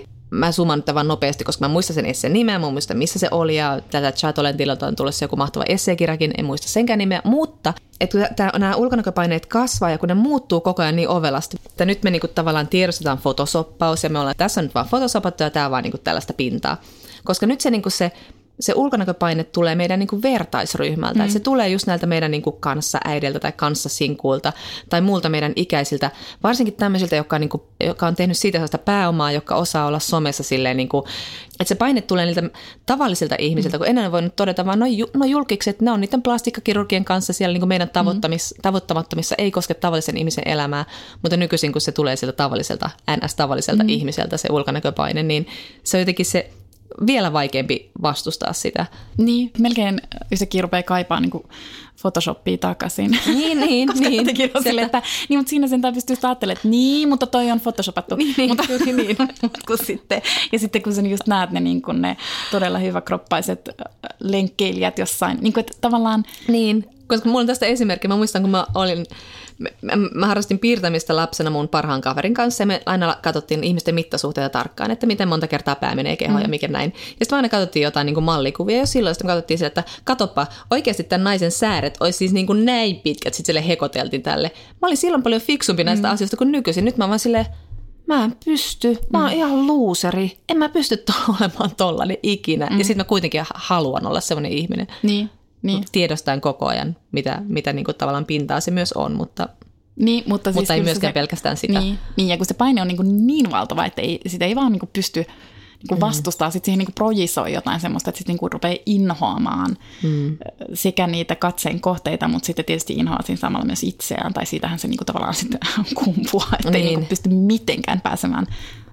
mä zoomaan nyt vaan nopeasti, koska mä muistan sen esseen nimeä, mä muistan missä se oli, ja tätä Chad Tolentilolta on tullut se joku mahtava esseekirjakin, en muista senkään nimeä, mutta että nämä ulkonäköpaineet kasvaa, ja kun ne muuttuu koko ajan niin ovelasti, että nyt me niinku tavallaan tiedostetaan fotosoppaus, ja me ollaan, tässä on nyt vaan fotosopattu, ja tämä on vaan niinku tällaista pintaa. Koska nyt se, niinku se, se ulkonäköpaine tulee meidän niinku vertaisryhmältä, mm. että se tulee just näiltä meidän niinku kanssaäideiltä tai kanssasinkuilta tai muulta meidän ikäisiltä, varsinkin tämmöisiltä, jotka on, niinku, joka on tehnyt siitä sellaista pääomaa, joka osaa olla somessa silleen, niinku, että se paine tulee niiltä tavallisilta ihmisiltä, mm. kun ennen on voinut todeta vaan, no, no julkikset, ne on niiden plastiikkakirurgien kanssa siellä niinku meidän tavoittamis, mm. tavoittamattomissa, ei koske tavallisen ihmisen elämää, mutta nykyisin kun se tulee sieltä tavalliselta, ns-tavalliselta mm. ihmiseltä se ulkonäköpaine, niin se on jotenkin se vielä vaikeampi vastustaa sitä. Niin, melkein yhtäkkiä rupeaa kaipaa niin Photoshopia takaisin. Niin, niin, niin. Sille, että, niin, mutta siinä sentään pystyy ajattelemaan, että niin, mutta toi on photoshopattu. Niin, niin, mutta, juuri niin. kun sitten, ja sitten kun sä just näet ne, niin kuin ne todella hyväkroppaiset lenkkeilijät jossain, niin kuin, että tavallaan... Niin, koska mulla on tästä esimerkki. Mä muistan, kun mä olin... Mä, mä harrastin piirtämistä lapsena mun parhaan kaverin kanssa ja me aina katsottiin ihmisten mittasuhteita tarkkaan, että miten monta kertaa pää menee kehoon mm. ja mikä näin. Ja sitten me aina katsottiin jotain niin kuin mallikuvia ja silloin sitten me katsottiin sitä, että katoppa, oikeasti tämän naisen sääret olisi siis niin kuin näin pitkät, sitten sille hekoteltiin tälle. Mä olin silloin paljon fiksumpi näistä mm. asioista kuin nykyisin. Nyt mä vaan silleen, mä en pysty, mä oon mm. ihan luuseri, en mä pysty olemaan tollainen ikinä. Mm. Ja sitten mä kuitenkin haluan olla semmoinen ihminen. Niin. Niin. Tiedostan koko ajan, mitä, mitä niin kuin tavallaan pintaa se myös on, mutta, niin, mutta, mutta siis ei myöskään se, pelkästään sitä. Niin, niin, ja kun se paine on niin, kuin niin valtava, että ei, sitä ei vaan niin kuin pysty niin kuin vastustaa, mm. sitten siihen niin kuin projisoi jotain semmoista, että sitten niin kuin rupeaa inhoamaan mm. sekä niitä katseen kohteita, mutta sitten tietysti inhoaa siinä samalla myös itseään, tai siitähän se niin kuin tavallaan sitten kumpuaa, että niin. ei niin kuin pysty mitenkään pääsemään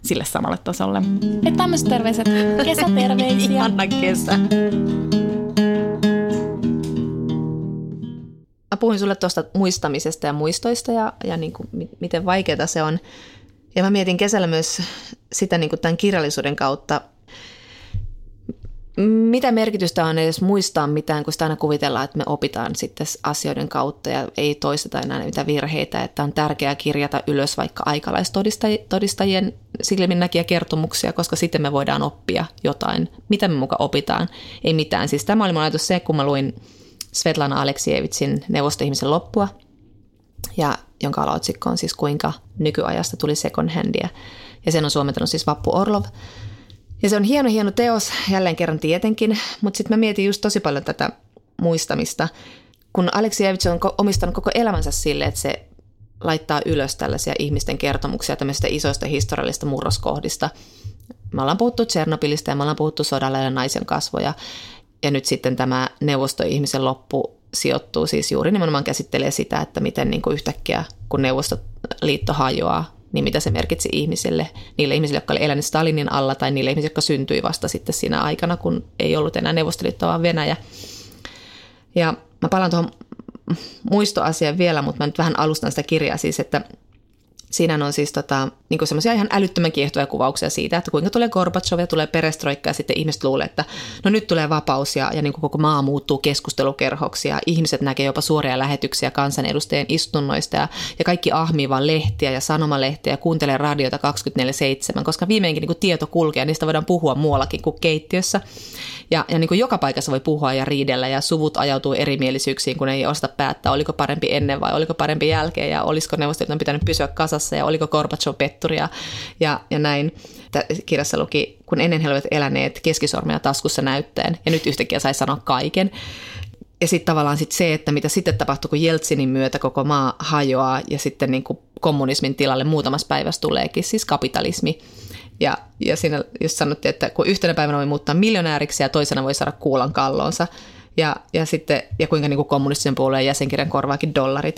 sille samalle tasolle. Että tämmöiset terveiset, kesäterveisiä. Ihana kesä. Mä puhuin sulle tuosta muistamisesta ja muistoista ja, ja niin kuin, miten vaikeaa se on. Ja mä mietin kesällä myös sitä niin kuin tämän kirjallisuuden kautta, mitä merkitystä on edes muistaa mitään, kun sitä aina kuvitellaan, että me opitaan sitten asioiden kautta ja ei toisteta enää niitä virheitä, että on tärkeää kirjata ylös vaikka aikalaistodistajien silminnäkijäkertomuksia, koska sitten me voidaan oppia jotain. Mitä me muka opitaan? Ei mitään. Siis tämä oli mun ajatus se, kun mä luin Svetlana Aleksijevitsin Neuvostoihmisen loppua, ja jonka alaotsikko on siis kuinka nykyajasta tuli second handia. Ja sen on suomentanut siis Vappu Orlov. Ja se on hieno, hieno teos, jälleen kerran tietenkin, mutta sitten mä mietin just tosi paljon tätä muistamista, kun Aleksijevits on omistanut koko elämänsä sille, että se laittaa ylös tällaisia ihmisten kertomuksia tämmöistä isoista historiallisista murroskohdista. Me ollaan puhuttu Tšernobylistä ja me ollaan puhuttu sodalla ja naisen kasvoja. Ja nyt sitten tämä neuvostoihmisen loppu sijoittuu siis juuri nimenomaan käsittelee sitä, että miten niin kuin yhtäkkiä, kun Neuvostoliitto hajoaa, niin mitä se merkitsi ihmisille, niille ihmisille, jotka oli eläneet Stalinin alla tai niille ihmisille, jotka syntyi vasta sitten siinä aikana, kun ei ollut enää Neuvostoliitto, vaan Venäjä. Ja mä palaan tuohon muistoasiaan vielä, mutta mä nyt vähän alustan sitä kirjaa siis, että siinä on siis tota, niin semmoisia ihan älyttömän kiehtovia kuvauksia siitä, että kuinka tulee Gorbačov ja tulee perestroikka ja sitten ihmiset luulee, että no nyt tulee vapaus ja, ja niin kuin koko maa muuttuu keskustelukerhoksi ja ihmiset näkee jopa suoria lähetyksiä kansanedustajien istunnoista ja, ja kaikki ahmii vaan lehtiä ja sanomalehtiä ja kuuntelee radiota kaksikymmentäneljä seitsemän, koska viimeinkin niin kuin tieto kulkee ja niistä voidaan puhua muuallakin kuin keittiössä. Ja, ja niin kuin joka paikassa voi puhua ja riidellä ja suvut ajautuu erimielisyyksiin, kun ei osata päättää, oliko parempi ennen vai oliko parempi jälkeen ja olisiko Neuvostoliiton pitänyt pysyä kasassa ja oliko Gorbačov petturi ja, ja, ja näin. Kirjassa luki, kun ennen he olivat eläneet keskisormea taskussa näyttäen ja nyt yhtäkkiä sai sanoa kaiken. Ja sitten tavallaan sit se, että mitä sitten tapahtui, kun Jeltsinin myötä koko maa hajoaa ja sitten niin kuin kommunismin tilalle muutamassa päivässä tuleekin siis kapitalismi. Ja, ja siinä just sanottiin, että kun yhtenä päivänä voi muuttaa miljonääriksi ja toisena voi saada kuulan kalloonsa. Ja, ja, sitten, ja kuinka niin kuin kommunistisen puolueen jäsenkirjan korvaakin dollarit.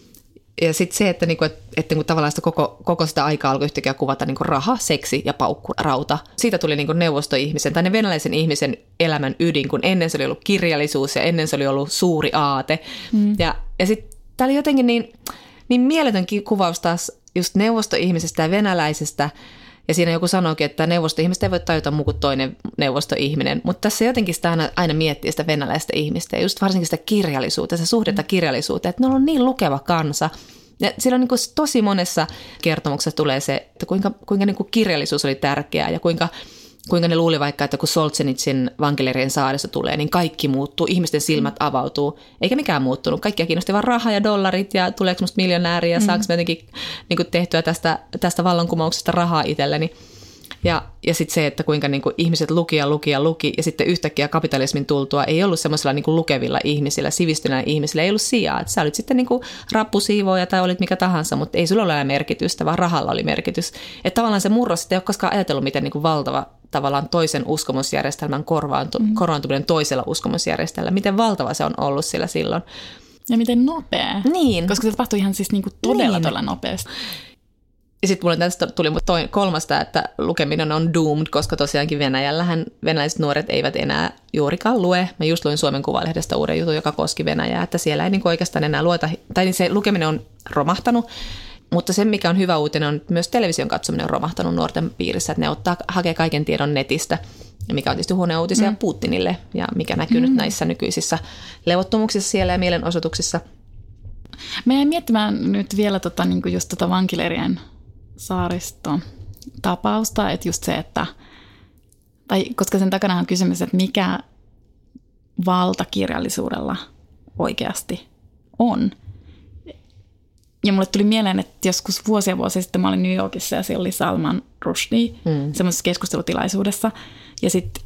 Ja sitten se, että, niinku, että, että niinku tavallaan sitä koko, koko sitä aikaa alkoi yhtäkkiä kuvata niinku raha, seksi ja paukkurauta. Siitä tuli niinku neuvostoihmisen tai ne venäläisen ihmisen elämän ydin, kun ennen se oli ollut kirjallisuus ja ennen se oli ollut suuri aate. Mm. Ja, ja sitten tämä oli jotenkin niin, niin mieletönkin kuvaus taas just neuvostoihmisestä ja venäläisestä. Ja siinä joku sanoikin, että neuvostoihmistä ei voi tajuta muu kuin toinen neuvostoihminen. Mutta tässä jotenkin sitä aina, aina miettii sitä venäläistä ihmistä ja just varsinkin sitä kirjallisuutta, se suhdetta kirjallisuuteen, että ne on niin lukeva kansa. Ja siellä on niin kuin tosi monessa kertomuksessa tulee se, että kuinka, kuinka niin kuin kirjallisuus oli tärkeää ja kuinka, kuinka ne luuli vaikka, että kun Solzhenitsin Vankileirien saaresta tulee, niin kaikki muuttuu, ihmisten silmät avautuu. Eikä mikään muuttunut. Kaikkia kiinnosti vaan raha ja dollarit ja tuleeko musta miljonääri ja saanko mä jotenkin niin kuin tehtyä tästä, tästä vallankumouksesta rahaa itselleni. Ja, ja sitten se, että kuinka niin kuin ihmiset luki ja luki ja luki ja sitten yhtäkkiä kapitalismin tultua ei ollut semmoisella niin kuin lukevilla ihmisillä, sivistyneillä ihmisillä, ei ollut sijaa. Että sä olit sitten niin kuin rappusiivooja tai olit mikä tahansa, mutta ei sulla ole enää merkitystä, vaan rahalla oli merkitys. Että tavallaan se murros sitten ei ole koskaan ajatellut, miten niin kuin valtava tavallaan toisen uskomusjärjestelmän korvaantu, mm. korvaantuminen toisella uskomusjärjestelmällä, miten valtava se on ollut sillä silloin. Ja miten nopea. Niin. Koska se tapahtui ihan siis niin kuin todella, niin. todella nopeasti. Ja sitten mulle tästä tuli kolmasta, että lukeminen on doomed, koska tosiaankin Venäjällähän venäläiset nuoret eivät enää juurikaan lue. Mä just luin Suomen Kuvalehdestä uuden jutun, joka koski Venäjää, että siellä ei niinku oikeastaan enää lueta, tai se lukeminen on romahtanut, mutta se mikä on hyvä uutinen on, että myös television katsominen on romahtanut nuorten piirissä, että ne ottaa, hakee kaiken tiedon netistä, mikä on tietysti huonoja uutisia mm. Putinille ja mikä näkyy mm. nyt näissä nykyisissä levottomuuksissa siellä ja mielenosoituksissa. Mä jäin miettimään nyt vielä tota, niin just tota vankileirien saaristotapausta, että just se, että, tai koska sen takana on kysymys, että mikä valta kirjallisuudella oikeasti on. Ja mulle tuli mieleen, että joskus vuosia vuosia sitten mä olin New Yorkissa ja siellä oli Salman Rushdie mm. semmoisessa keskustelutilaisuudessa. Ja sitten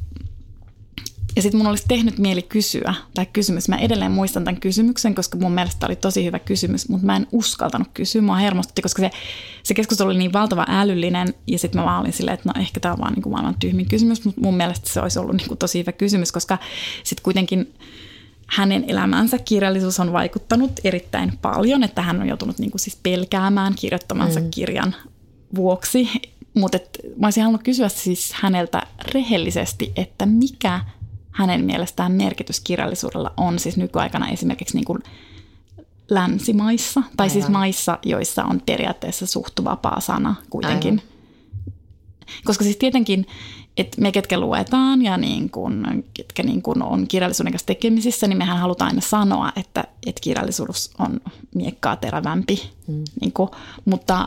ja sit mun olisi tehnyt mieli kysyä, tai kysymys, mä edelleen muistan tämän kysymyksen, koska mun mielestä oli tosi hyvä kysymys, mutta mä en uskaltanut kysyä. Mua hermostutti, koska se, se keskustelu oli niin valtava älyllinen, ja sitten mä vaan olin silleen, että no ehkä tämä on vaan niin kuin maailman tyhmin kysymys, mutta mun mielestä se olisi ollut niin kuin tosi hyvä kysymys, koska sitten kuitenkin hänen elämänsä kirjallisuus on vaikuttanut erittäin paljon, että hän on joutunut niin kuin siis pelkäämään kirjoittamansa mm. kirjan vuoksi Mutta mä olisin halunnut kysyä siis häneltä rehellisesti, että mikä hänen mielestään merkitys kirjallisuudella on siis nykyaikana esimerkiksi niin kuin länsimaissa, tai Aivan. siis maissa, joissa on periaatteessa suht vapaa sana kuitenkin. Aivan. Koska siis tietenkin, että me ketkä luetaan ja niin kun, ketkä niin kun on kirjallisuuden kanssa tekemisissä, niin mehän halutaan aina sanoa, että, että kirjallisuus on miekkaa terävämpi. Mm. Niin kun, mutta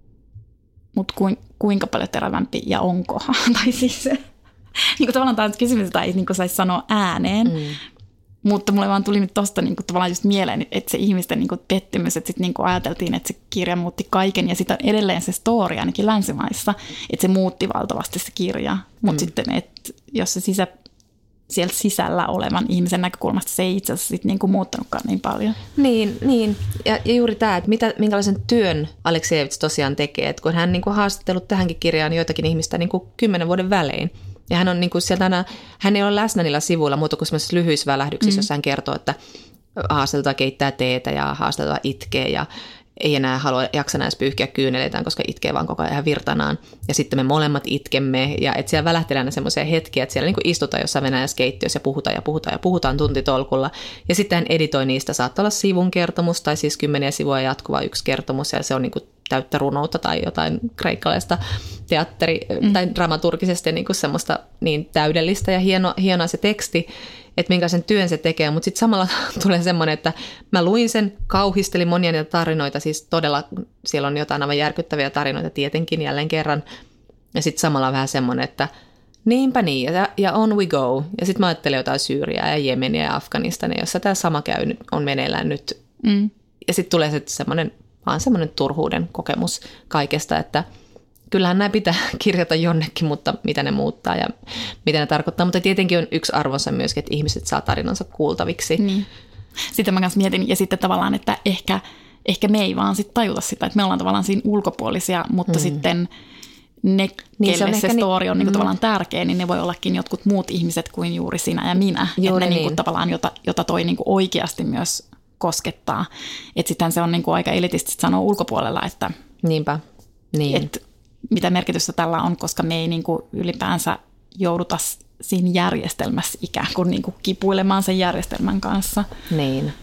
mutta kuinka paljon terävämpi ja onko? tai siis niin kuin tavallaan tämä kysymys, jota ei niin kuin saisi sanoa ääneen. Mm. Mutta mulle vaan tuli nyt tuosta niin tavallaan just mieleen, että se ihmisten niin kuin pettymys, että sitten niin kuin ajateltiin, että se kirja muutti kaiken. Ja sitten on edelleen se story ainakin länsimaissa, että se muutti valtavasti se kirja. Mutta mm. sitten, että jos se sisä, sieltä sisällä olevan ihmisen näkökulmasta se ei itse asiassa sit niin kuin muuttanutkaan niin paljon. Niin, niin. Ja, ja juuri tämä, että mitä, minkälaisen työn Aleksijevits tosiaan tekee. Että kun hän niin kuin haastattelut tähänkin kirjaan joitakin ihmistä niin kuin kymmenen vuoden välein. Ja hän on niin kuin sieltä aina, hän ei ole läsnä niillä sivuilla muuta kuin semmoisissa lyhyissä välähdyksissä, mm. jossa hän kertoo, että haasteltua keittää teetä ja haasteltua itkee ja ei enää halua jaksana edes pyyhkiä kyyneleitään, koska itkee vaan koko ajan virtanaan. Ja sitten me molemmat itkemme ja että siellä välähtelee aina semmoisia hetkiä, että siellä niin kuin istutaan jossain Venäjässä keittiössä ja puhutaan ja puhutaan ja puhutaan tuntitolkulla. Ja sitten hän editoi niistä, saattaa olla sivun kertomus tai siis kymmeniä sivua jatkuva yksi kertomus ja se on niin kuin täyttä runoutta tai jotain kreikkalaista teatteri- mm. tai dramaturgisesti niin kuin semmoista niin täydellistä ja hieno, hienoa se teksti, että minkälaisen työn se tekee, mutta sitten samalla tulee semmoinen, että mä luin sen, kauhistelin monia niitä tarinoita, siis todella siellä on jotain aivan järkyttäviä tarinoita tietenkin jälleen kerran, ja sitten samalla vähän semmoinen, että niinpä niin, ja, ja on we go, ja sitten mä ajattelen jotain Syyriaa ja Jemeniä ja Afganistania, jossa tämä sama käy, on meneillään nyt, mm. ja sitten tulee sitten semmoinen, vaan semmoinen turhuuden kokemus kaikesta, että kyllähän nämä pitää kirjata jonnekin, mutta mitä ne muuttaa ja mitä ne tarkoittaa. Mutta tietenkin on yksi arvonsa myöskin, että ihmiset saa tarinansa kuultaviksi. Niin. Sitten mä kanssa mietin, ja sitten tavallaan, että ehkä, ehkä me ei vaan sit tajuta sitä, että me ollaan tavallaan siinä ulkopuolisia, mutta mm. sitten ne, niin kelle se, se story on niin kuin mm. tavallaan tärkeä, niin ne voi ollakin jotkut muut ihmiset kuin juuri sinä ja minä. Juuri että ne niin. Niin kuin tavallaan, jota, jota toi niin kuin oikeasti myös koskettaa. Että sitten se on niin kuin aika elitististä sanoa ulkopuolella, että niinpä, niin. Että mitä merkitystä tällä on, koska me ei niin kuin ylipäänsä jouduta siinä järjestelmässä ikään kuin, niin kuin kipuilemaan sen järjestelmän kanssa. Niin.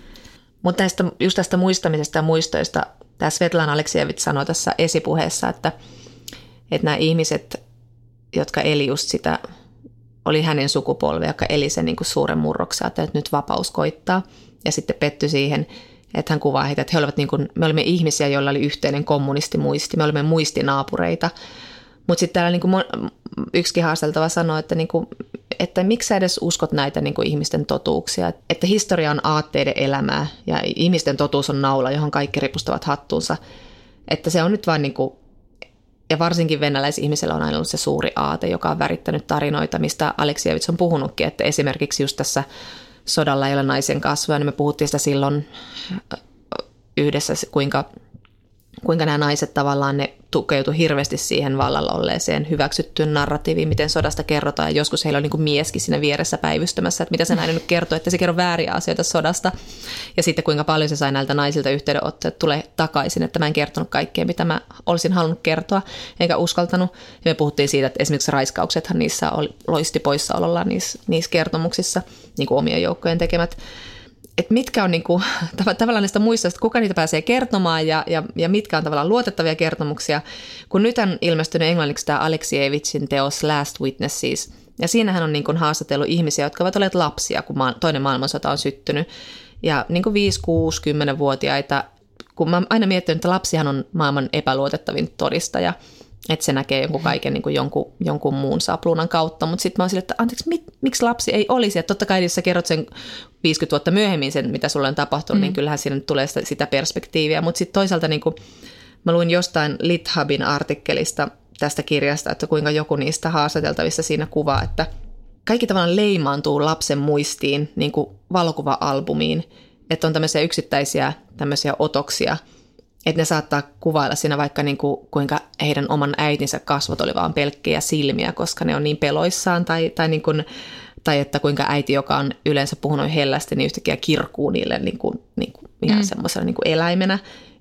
Mutta tästä, just tästä muistamisesta ja muistoista, tämä Svetlana Aleksijevits sanoi tässä esipuheessa, että, että nämä ihmiset, jotka eli just sitä, oli hänen sukupolvi, joka eli sen niin kuin suuren murroksen, että nyt vapaus koittaa, ja sitten pettyi siihen, että hän kuvaa heitä, että he olivat niin kuin, me olimme ihmisiä, joilla oli yhteinen kommunistimuisti, me olimme muistinaapureita. Mutta sitten täällä niin kuin yksikin haasteltava sanoi, että, niin kuin, että miksi sä edes uskot näitä niin kuin ihmisten totuuksia, että historia on aatteiden elämää ja ihmisten totuus on naula, johon kaikki ripustavat hattuunsa. Että se on nyt vain, niin kuin, ja varsinkin venäläisihmisellä on aina ollut se suuri aate, joka on värittänyt tarinoita, mistä Aleksijevits on puhunutkin, että esimerkiksi just tässä Sodalla ei ole naisen kasvoja, niin me puhuttiin sitä silloin yhdessä, kuinka, kuinka nämä naiset tavallaan ne tukeutuivat hirveästi siihen vallalla olleeseen hyväksyttyyn narratiiviin, miten sodasta kerrotaan. Ja joskus heillä on niin kuin mieskin siinä vieressä päivystämässä, että mitä se nainen nyt kertoo, että se kerro vääriä asioita sodasta. Ja sitten kuinka paljon se sai näiltä naisilta yhteydenottoja, että tulee takaisin, että mä en kertonut kaikkea, mitä mä olisin halunnut kertoa, eikä uskaltanut. Ja me puhuttiin siitä, että esimerkiksi raiskauksethan niissä oli, loisti poissaolollaan niissä, niissä kertomuksissa, niin kuin omien joukkojen tekemät. Että mitkä on niinku, tavallaan niistä muistoista, että kuka niitä pääsee kertomaan ja, ja, ja mitkä on tavallaan luotettavia kertomuksia. Kun nyt on ilmestynyt englanniksi tämä Aleksijevitsin teos Last Witnesses, ja siinähän on niinku haastatellut ihmisiä, jotka ovat olleet lapsia, kun toinen maailmansota on syttynyt. Ja niinku viisi, kuusi, kymmenen-vuotiaita, kun mä aina miettinyt, että lapsihan on maailman epäluotettavin todistaja, että se näkee jonkun kaiken niin kuin jonkun, jonkun muun sapluunan kautta. Mutta sitten mä oon sille, että anteeksi, mit, miksi lapsi ei olisi? Ja totta kai, jos sä kerrot sen viisikymmentä vuotta myöhemmin sen, mitä sulle on tapahtunut, mm. niin kyllähän siinä nyt tulee sitä, sitä perspektiiviä. Mutta sitten toisaalta niin kuin, mä luin jostain LitHubin artikkelista tästä kirjasta, että kuinka joku niistä haastateltavissa siinä kuvaa, että kaikki tavallaan leimaantuu lapsen muistiin niin kuin valokuva-albumiin. Että on tämmöisiä yksittäisiä tämmöisiä otoksia, että ne saattaa kuvailla siinä vaikka niin kuin, kuinka heidän oman äitinsä kasvot oli vaan pelkkiä silmiä, koska ne on niin peloissaan. Tai, tai, niin kuin, tai että kuinka äiti, joka on yleensä puhunut hellästi, niin yhtäkkiä kirkuu niille niin kuin, niin kuin ihan mm. semmoisena niin kuin eläimenä.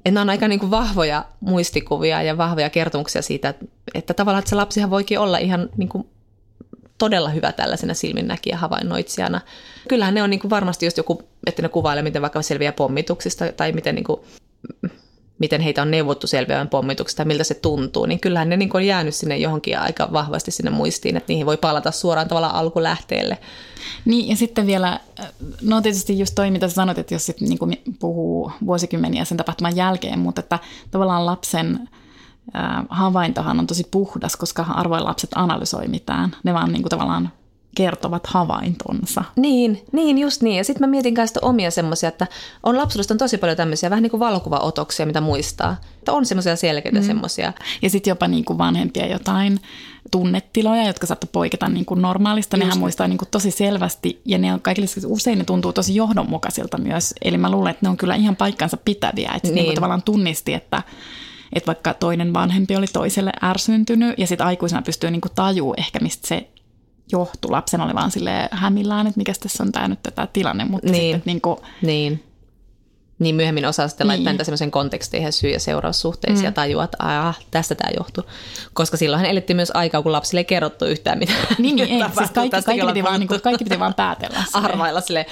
Että nämä on aika niin kuin vahvoja muistikuvia ja vahvoja kertomuksia siitä, että, että tavallaan että se lapsihan voikin olla ihan niin kuin todella hyvä tällaisena silminnäkijä havainnoitsijana. Kyllähän ne on niin kuin varmasti just joku, että ne kuvailee, miten vaikka selviää pommituksista tai miten, niin kuin, miten heitä on neuvottu selviävän pommituksista, miltä se tuntuu, niin kyllähän ne niin kuin on jäänyt sinne johonkin aika vahvasti sinne muistiin, että niihin voi palata suoraan tavallaan alkulähteelle. Niin ja sitten vielä, no tietysti just toi, mitä sä sanoit, että jos sitten niinku puhuu vuosikymmeniä sen tapahtuman jälkeen, mutta että tavallaan lapsen äh, havaintohan on tosi puhdas, koska harvoin lapset analysoi mitään. Ne vaan niinku tavallaan kertovat havaintonsa. Niin, niin just niin. Ja sitten mä mietin kanssa omia semmoisia, että on lapsuudesta on tosi paljon tämmöisiä vähän niin kuin valokuvaotoksia, mitä muistaa. Että on semmoisia selkeitä mm. semmoisia. Ja sitten jopa niin kuin vanhempia jotain tunnetiloja, jotka saattoi poiketa niin kuin normaalista. Just. Nehän muistaa niin kuin tosi selvästi ja ne on kaikille usein ne tuntuu tosi johdonmukaisilta myös. Eli mä luulen, että ne on kyllä ihan paikkansa pitäviä. Että niin. Niin kuin tavallaan tunnisti, että että vaikka toinen vanhempi oli toiselle ärsyntynyt ja sitten aikuisena pystyy niin kuin tajuu ehkä mistä se johtui. Lapsen oli vaan silleen hämillään, että mikä tässä on tämä nyt tätä tilanne, mutta niin. sitten niin kuin niin. Niin myöhemmin osaa sitten laittaa niin. Näitä semmoisen kontekstiin ja syy- ja seuraussuhteisiin mm. ja tajua, että aah, tästä tämä johtuu. Koska silloinhan elettiin myös aikaa, kun lapsille ei kerrottu yhtään mitään. Niin, niin ei. Siis kaikki, kaikki, piti vaan, niin kuin, kaikki piti vaan päätellä. Arvailla silleen.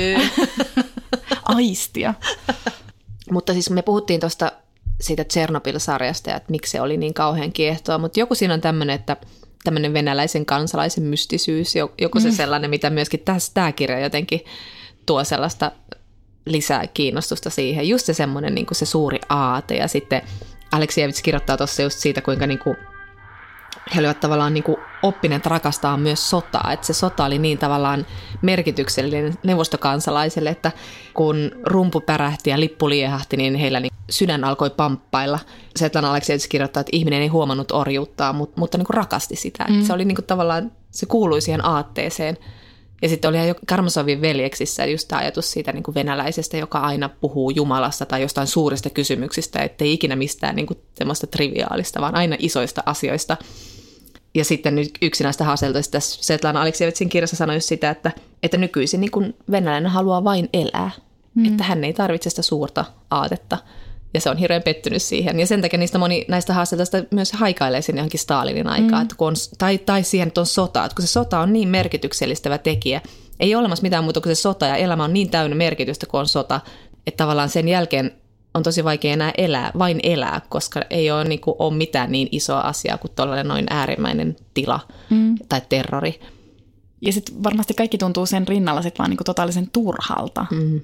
Aistia. Mutta siis me puhuttiin tuosta siitä Chernobyl-sarjasta ja että miksi se oli niin kauhean kiehtoa, mutta joku siinä on tämmöinen, että tämmöinen venäläisen kansalaisen mystisyys, joku se sellainen, mitä myöskin tässä tämä kirja jotenkin tuo sellaista lisää kiinnostusta siihen. Just se semmoinen niin kuin se suuri aate ja sitten Aleksijevits kirjoittaa tuossa just siitä, kuinka niin kuin he olivat tavallaan niin kuin oppineet rakastaa myös sotaa, että se sota oli niin tavallaan merkityksellinen neuvostokansalaiselle, että kun rumpu pärähti ja lippu liehahti, niin heillä niin sydän alkoi pamppailla. Svetlana Aleksijevits kirjoittaa, että ihminen ei huomannut orjuuttaa, mutta, mutta niin kuin rakasti sitä. Mm. Se oli niin kuin tavallaan, se kuului siihen aatteeseen. Ja sitten oli jo Karmasovin veljeksissä just tämä ajatus siitä niin kuin venäläisestä, joka aina puhuu Jumalasta tai jostain suurista kysymyksistä, ettei ikinä mistään niin kuin semmoista triviaalista, vaan aina isoista asioista. Ja sitten nyt yksi näistä haasteista Svetlana Aleksijevitsin kirjassa sanoi sitä, että, että nykyisin niin kuin venäläinen haluaa vain elää, mm. että hän ei tarvitse sitä suurta aatetta. Ja se on hirveän pettynyt siihen. Ja sen takia niistä moni näistä haasteista myös haikailee sinne johonkin Stalinin aikaa, mm. että kun on, tai, tai siihen, että on sota. Että kun se sota on niin merkityksellistävä tekijä, ei ole olemassa mitään muuta kuin se sota, ja elämä on niin täynnä merkitystä, kun on sota, että tavallaan sen jälkeen on tosi vaikea enää elää, vain elää, koska ei ole, niin kuin, ole mitään niin isoa asiaa kuin tuollainen noin äärimmäinen tila mm. tai terrori. Ja sitten varmasti kaikki tuntuu sen rinnalla sit vaan niin kuin totaalisen turhalta. Mm.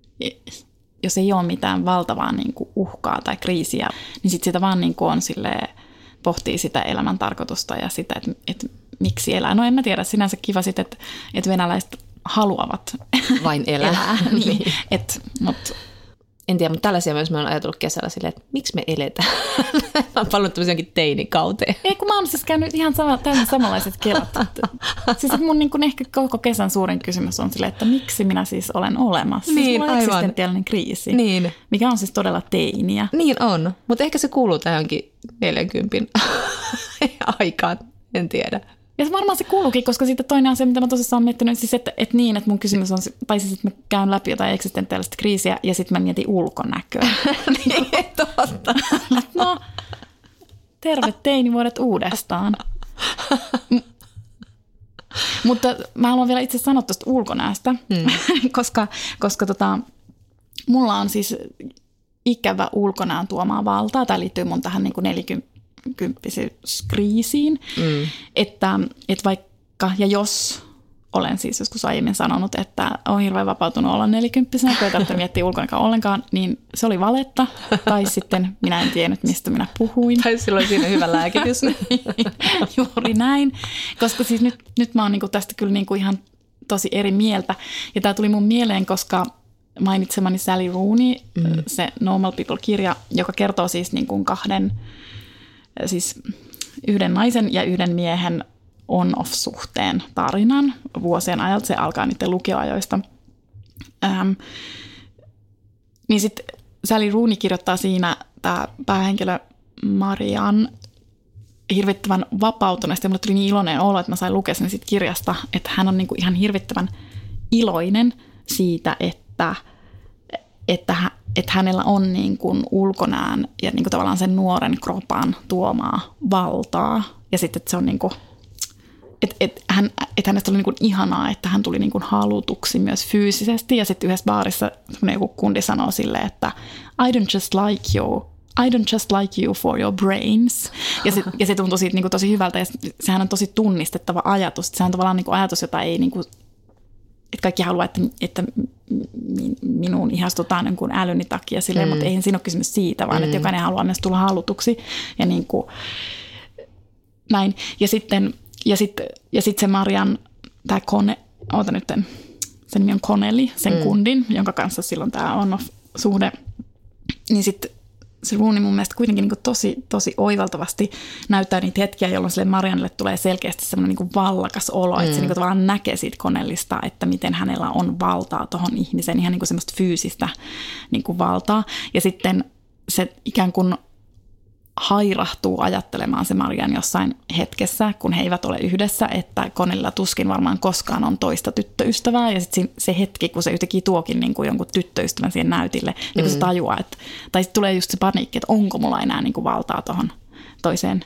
Jos ei ole mitään valtavaa niin kuin uhkaa tai kriisiä, niin sitten sitä vaan niin kuin on silleen, pohtii sitä elämän tarkoitusta ja sitä, että, että miksi elää. No en mä tiedä, sinänsä kiva sitten, että, että venäläiset haluavat vain elää. elää. niin. Et, mut. En tiedä, mutta tällaisia myös mä oon ajatellut kesällä silleen, että miksi me eletään. Mä oon palannut tämmöisiäkin teinikauteen. Ei, kun mä oon siis käynyt ihan sama, täysin samanlaiset kelat. Siis että mun niin kun ehkä koko kesän suurin kysymys on silleen, että miksi minä siis olen olemassa. Niin, siis mulla on aivan. Eksistentiaalinen kriisi, niin. Mikä on siis todella teiniä. Niin on, mutta ehkä se kuuluu tähänkin neljänkympin aikaan, en tiedä. Ja se varmaan se kuuluukin, koska sitten toinen asia, mitä mä tosissaan miettinyt, siis että, että niin, että mun kysymys on, tai siis että mä käyn läpi jotain eksistentiaalista kriisiä ja sitten mä mietin ulkonäköä. Niin, totta. No, terve teinivuodet uudestaan. M- Mutta mä haluan vielä itse sanoa tuosta ulkonäöstä, mm. koska, koska tota, mulla on siis ikävä ulkonäön tuomaa valtaa. Tämä liittyy mun tähän niin kuin nelikymppisyskriisiin, mm. että, että vaikka ja jos olen siis joskus aiemmin sanonut, että on hirveän vapautunut olla nelikymppisenä, kun ei tarvitse miettiä ulkonäköä ollenkaan, niin se oli valetta, tai sitten minä en tiennyt, mistä minä puhuin. Tai silloin siinä hyvä lääkitys. Juuri näin, koska siis nyt, nyt mä oon niinku tästä kyllä niinku ihan tosi eri mieltä, ja tämä tuli mun mieleen, koska mainitsemani Sally Rooney, mm. se Normal People-kirja, joka kertoo siis niinku kahden, siis yhden naisen ja yhden miehen on-off-suhteen tarinan vuosien ajalta. Se alkaa niiden lukioajoista. Ähm, niin sitten Sally Rooney kirjoittaa siinä, tämä päähenkilö Marian, hirvittävän vapautuneesti. Ja mulle tuli niin iloinen olo, että mä sain lukea sen siitä kirjasta, että hän on niinku ihan hirvittävän iloinen siitä, että että, että hänellä on niin kuin ulkonään ja niin kuin tavallaan sen nuoren kropan tuomaa valtaa. Ja sitten, että se on niin kuin, että, että, hän, että hänestä oli niin kuin ihanaa, että hän tuli niin kuin halutuksi myös fyysisesti. Ja sitten yhdessä baarissa joku kundi sanoo silleen, että I don't just like you. I don't just like you for your brains. Ja se, ja se tuntui siitä niin kuin tosi hyvältä. Ja sehän on tosi tunnistettava ajatus. Sehän on tavallaan niin kuin ajatus, jota ei... Niin kuin, että kaikki haluaa, että, että minuun ihastutaan jonkun älyni takia, silleen, mm. mutta eihän siinä ole kysymys siitä, vaan mm. että jokainen haluaa myös tulla halutuksi ja niin kuin, näin. Ja sitten, ja sitten, ja sitten se Marian, tämä Kone, oota nyt, sen nimi on Connelly, sen mm. kundin, jonka kanssa silloin tämä on-off-suhde, niin sitten se Rooney mun mielestä kuitenkin niin kuin tosi, tosi oivaltavasti näyttää niitä hetkiä, jolloin sille Marianille tulee selkeästi semmoinen niin kuin vallakas olo, mm. että se niin kuin tavallaan näkee siitä Connellista, että miten hänellä on valtaa tuohon ihmiseen, ihan niin kuin semmoista fyysistä niin kuin valtaa. Ja sitten se ikään kuin hairahtuu ajattelemaan se Marian jossain hetkessä, kun he eivät ole yhdessä, että Connellilla tuskin varmaan koskaan on toista tyttöystävää. Ja sitten se hetki, kun se yhtäkkiä tuokin niin kuin jonkun tyttöystävän siihen näytille, ja kun se tajuaa, että, tai sitten tulee just se paniikki, että onko mulla enää niin kuin valtaa tuohon toiseen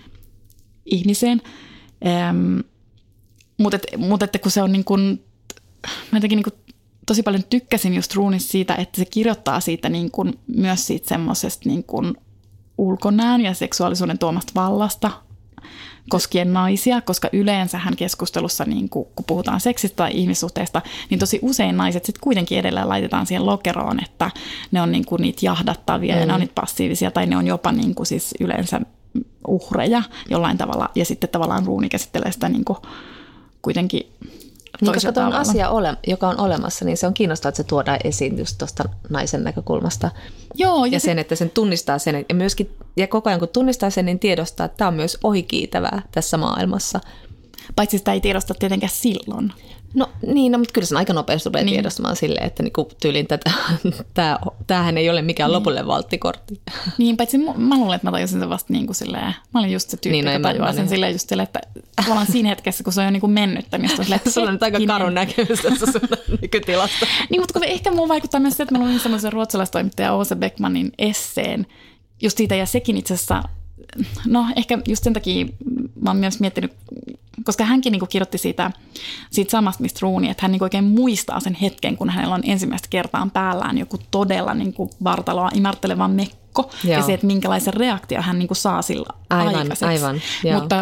ihmiseen. Ähm, mutta et, mut että kun se on niin kuin, mä jotenkin niin kuin tosi paljon tykkäsin just Rooneysta siitä, että se kirjoittaa siitä niin kuin, myös siitä semmoisesta niin kuin ulkonäön ja seksuaalisuuden tuomasta vallasta koskien naisia, koska yleensähän keskustelussa, niin kun puhutaan seksistä tai ihmissuhteista, niin tosi usein naiset sitten kuitenkin edelleen laitetaan siihen lokeroon, että ne on niin kuin niitä jahdattavia mm. ja ne on niitä passiivisia tai ne on jopa niin kuin siis yleensä uhreja jollain tavalla. Ja sitten tavallaan Rooney käsittelee sitä niin kuin kuitenkin niin, koska tuo on asia, ole, joka on olemassa, niin se on kiinnostavaa, että se tuodaan esiin just tuosta naisen näkökulmasta. Joo, ja, ja sen, että sen tunnistaa sen, ja, myöskin, ja koko ajan kun tunnistaa sen, niin tiedostaa, että tämä on myös ohikiitävää tässä maailmassa. Paitsi sitä ei tiedosta tietenkään silloin. No niin, no, mutta kyllä sen aika nopeasti tulee niin tiedostamaan silleen, että niinku, tyyliin tätä, tää, tämähän ei ole mikään niin lopullinen valttikortti. Niin, paitsi mä luulen, että mä tajusin sen vasta niin kuin silleen, mä olin just se tyyppi, niin, joka tajuaa sen niin silleen just silleen, että tavallaan siinä hetkessä, kun se on jo niin kuin mennyttä, niin silleen, että sulla on nyt aika karun näkemys tässä sun nykytilasta. Niin, mutta ehkä mulla vaikuttaa myös se, että mä luin semmoisen ruotsalaistoimittaja Åsa Beckmanin esseen just siitä, ja sekin itse asiassa, no ehkä just sen takia mä oon myös miettinyt, koska hänkin niin kuin kirjoitti siitä, siitä samasta mistä Rooney, että hän niin kuin oikein muistaa sen hetken, kun hänellä on ensimmäistä kertaa päällään joku todella niin kuin vartaloa imarteleva mekko. Joo. Ja se, että minkälaisen reaktion hän niin kuin saa sillä aivan, aikaiseksi. Aivan, mutta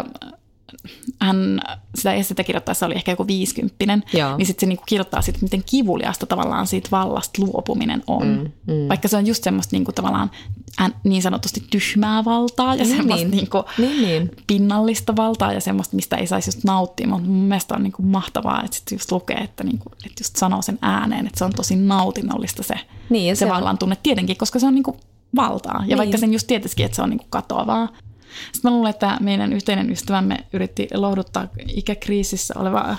hän sitä essettä kirjoittaessa oli ehkä joku viisikymppinen, joo, niin sitten se niinku kirjoittaa siitä, miten kivuliasta tavallaan siitä vallasta luopuminen on. Mm, mm. Vaikka se on just semmoista niinku tavallaan niin sanotusti tyhmää valtaa ja niin, semmoista niin. Niinku niin, niin. pinnallista valtaa ja semmoista, mistä ei saisi just nauttia. Mutta mun mielestä on niinku mahtavaa, että sitten just lukee, että, niinku, että just sanoo sen ääneen, että se on tosi nautinnollista se, niin, se, se vallan tunne tietenkin, koska se on niinku valtaa. Ja niin. Vaikka sen just tietysti, että se on niinku katoavaa. Sitten mä luulen, että meidän yhteinen ystävämme yritti lohduttaa ikäkriisissä olevaa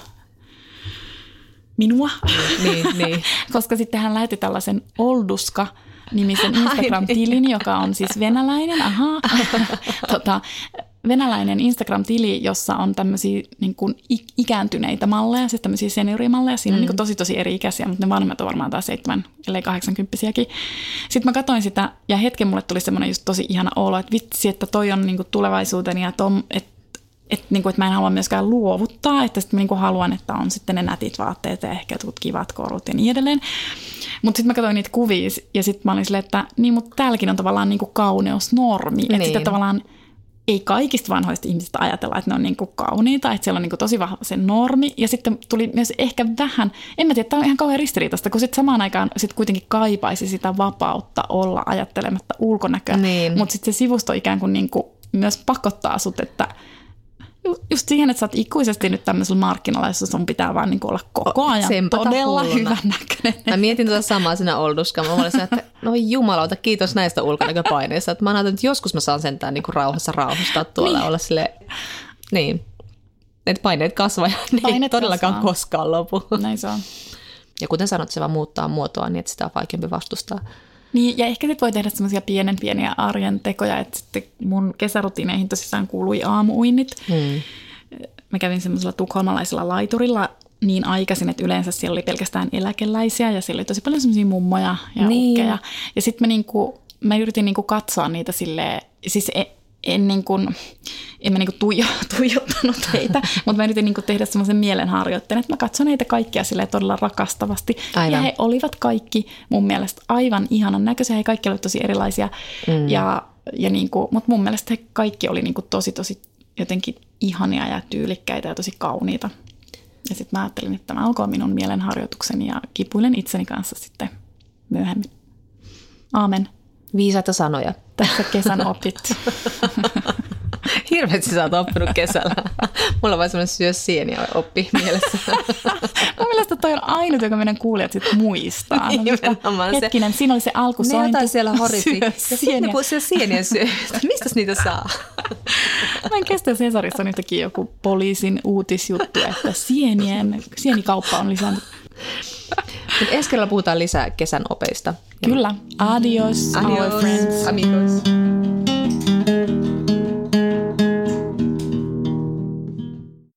minua, niin, niin. koska sitten hän lähetti tällaisen Olduska-nimisen Instagram-tilin, joka on siis venäläinen, ahaa, tota, venäläinen Instagram-tili, jossa on tämmöisiä niin kuin ikääntyneitä malleja, siis tämmöisiä seniorimalleja. Siinä on mm. niin kuin tosi tosi eri ikäisiä, mutta ne vanhemmat on varmaan taas seitsemän, ellei kahdeksankymppisiäkin. Sitten mä katsoin sitä ja hetken mulle tuli semmoinen just tosi ihana olo, että vitsi, että toi on niin kuin tulevaisuuteni ja tom, että et, niin kuin, että mä en halua myöskään luovuttaa, että sitten mä niin kuin haluan, että on sitten ne nätit vaatteet ja ehkä jotkut kivat korut ja niin edelleen. Mutta sitten mä katsoin niitä kuvia ja sitten mä olin silleen, että niin, mutta täälläkin on tavallaan niin kuin kauneusnormi, niin. Että sitten tavallaan ei kaikista vanhoista ihmisistä ajatella, että ne on niin kuin kauniita, että siellä on niin kuin tosi vahva se normi. Ja sitten tuli myös ehkä vähän, en mä tiedä, tämä on ihan kauhean ristiriitaista, kun sitten samaan aikaan sit kuitenkin kaipaisi sitä vapautta olla ajattelematta ulkonäköä. Niin. Mutta sitten se sivusto ikään kuin, niin kuin myös pakottaa sut, että just siihen, että sä oot ikuisesti nyt tämmöisellä markkinalla, jossa sun pitää vaan niin kuin olla koko ajan Sempata todella hulluna. Hyvän näköinen. Mä mietin tuota samaa siinä Olduskaan. Mä olin että no jumalauta, kiitos näistä ulkonäköpaineista. Että mä ajattelin, että joskus mä saan sentään niin kuin rauhassa rauhastaa tuolla niin. Olla silleen, niin, että paineet kasvaa ja ne paineet ei todellakaan kasvaa. Koskaan lopu. Näin se on. Ja kuten sanot, se vaan muuttaa muotoa niin, että sitä on vaikeampi vastustaa. Niin, ja ehkä sitten voi tehdä semmoisia pienen pieniä arjen tekoja, että sitten mun kesärutiineihin tosissaan kuului aamuuinnit. Hmm. Mä kävin semmoisella tukholmalaisella laiturilla niin aikaisin, että yleensä siellä oli pelkästään eläkeläisiä ja siellä oli tosi paljon semmoisia mummoja ja niin. ukkeja. Ja sitten mä, niinku, mä yritin niinku katsoa niitä silleen, siis en, en, niinku, en mä niinku tuijo, tuijottanut heitä, mutta mä yritin niinku tehdä semmoisen mielenharjoitteen, että mä katson heitä kaikkia silleen todella rakastavasti. Aivan. Ja he olivat kaikki mun mielestä aivan ihanan näköisiä, he kaikki olivat tosi erilaisia, mm. ja, ja niinku, mutta mun mielestä he kaikki oli niinku tosi tosi jotenkin ihania ja tyylikkäitä ja tosi kauniita. Ja sitten mä ajattelin, että tämä olkoon minun mielenharjoitukseni ja kipuilen itseni kanssa sitten myöhemmin. Aamen. Viisaita sanoja. Tässä kesän opit. Hirveästi sä oot oppinut kesällä. Mulla on vain semmoinen syö sieniä oppi mielessä. Mun mielestä toi on ainut, joka meidän kuulijat sitten muistaa. No, hetkinen, siinä oli se alkusointi. Ne jotain siellä horisi. Ja sieniä. Sitten syö sieniä syö. Mistäs niitä saa? Mä en kestä, Cesarissa on yhtäkin joku poliisin uutisjuttu, että sienien, sienikauppa on lisääntynyt. Mutta ensi kerralla puhutaan lisää kesän opeista. Kyllä. Adios, Adios, our friends. Amigos.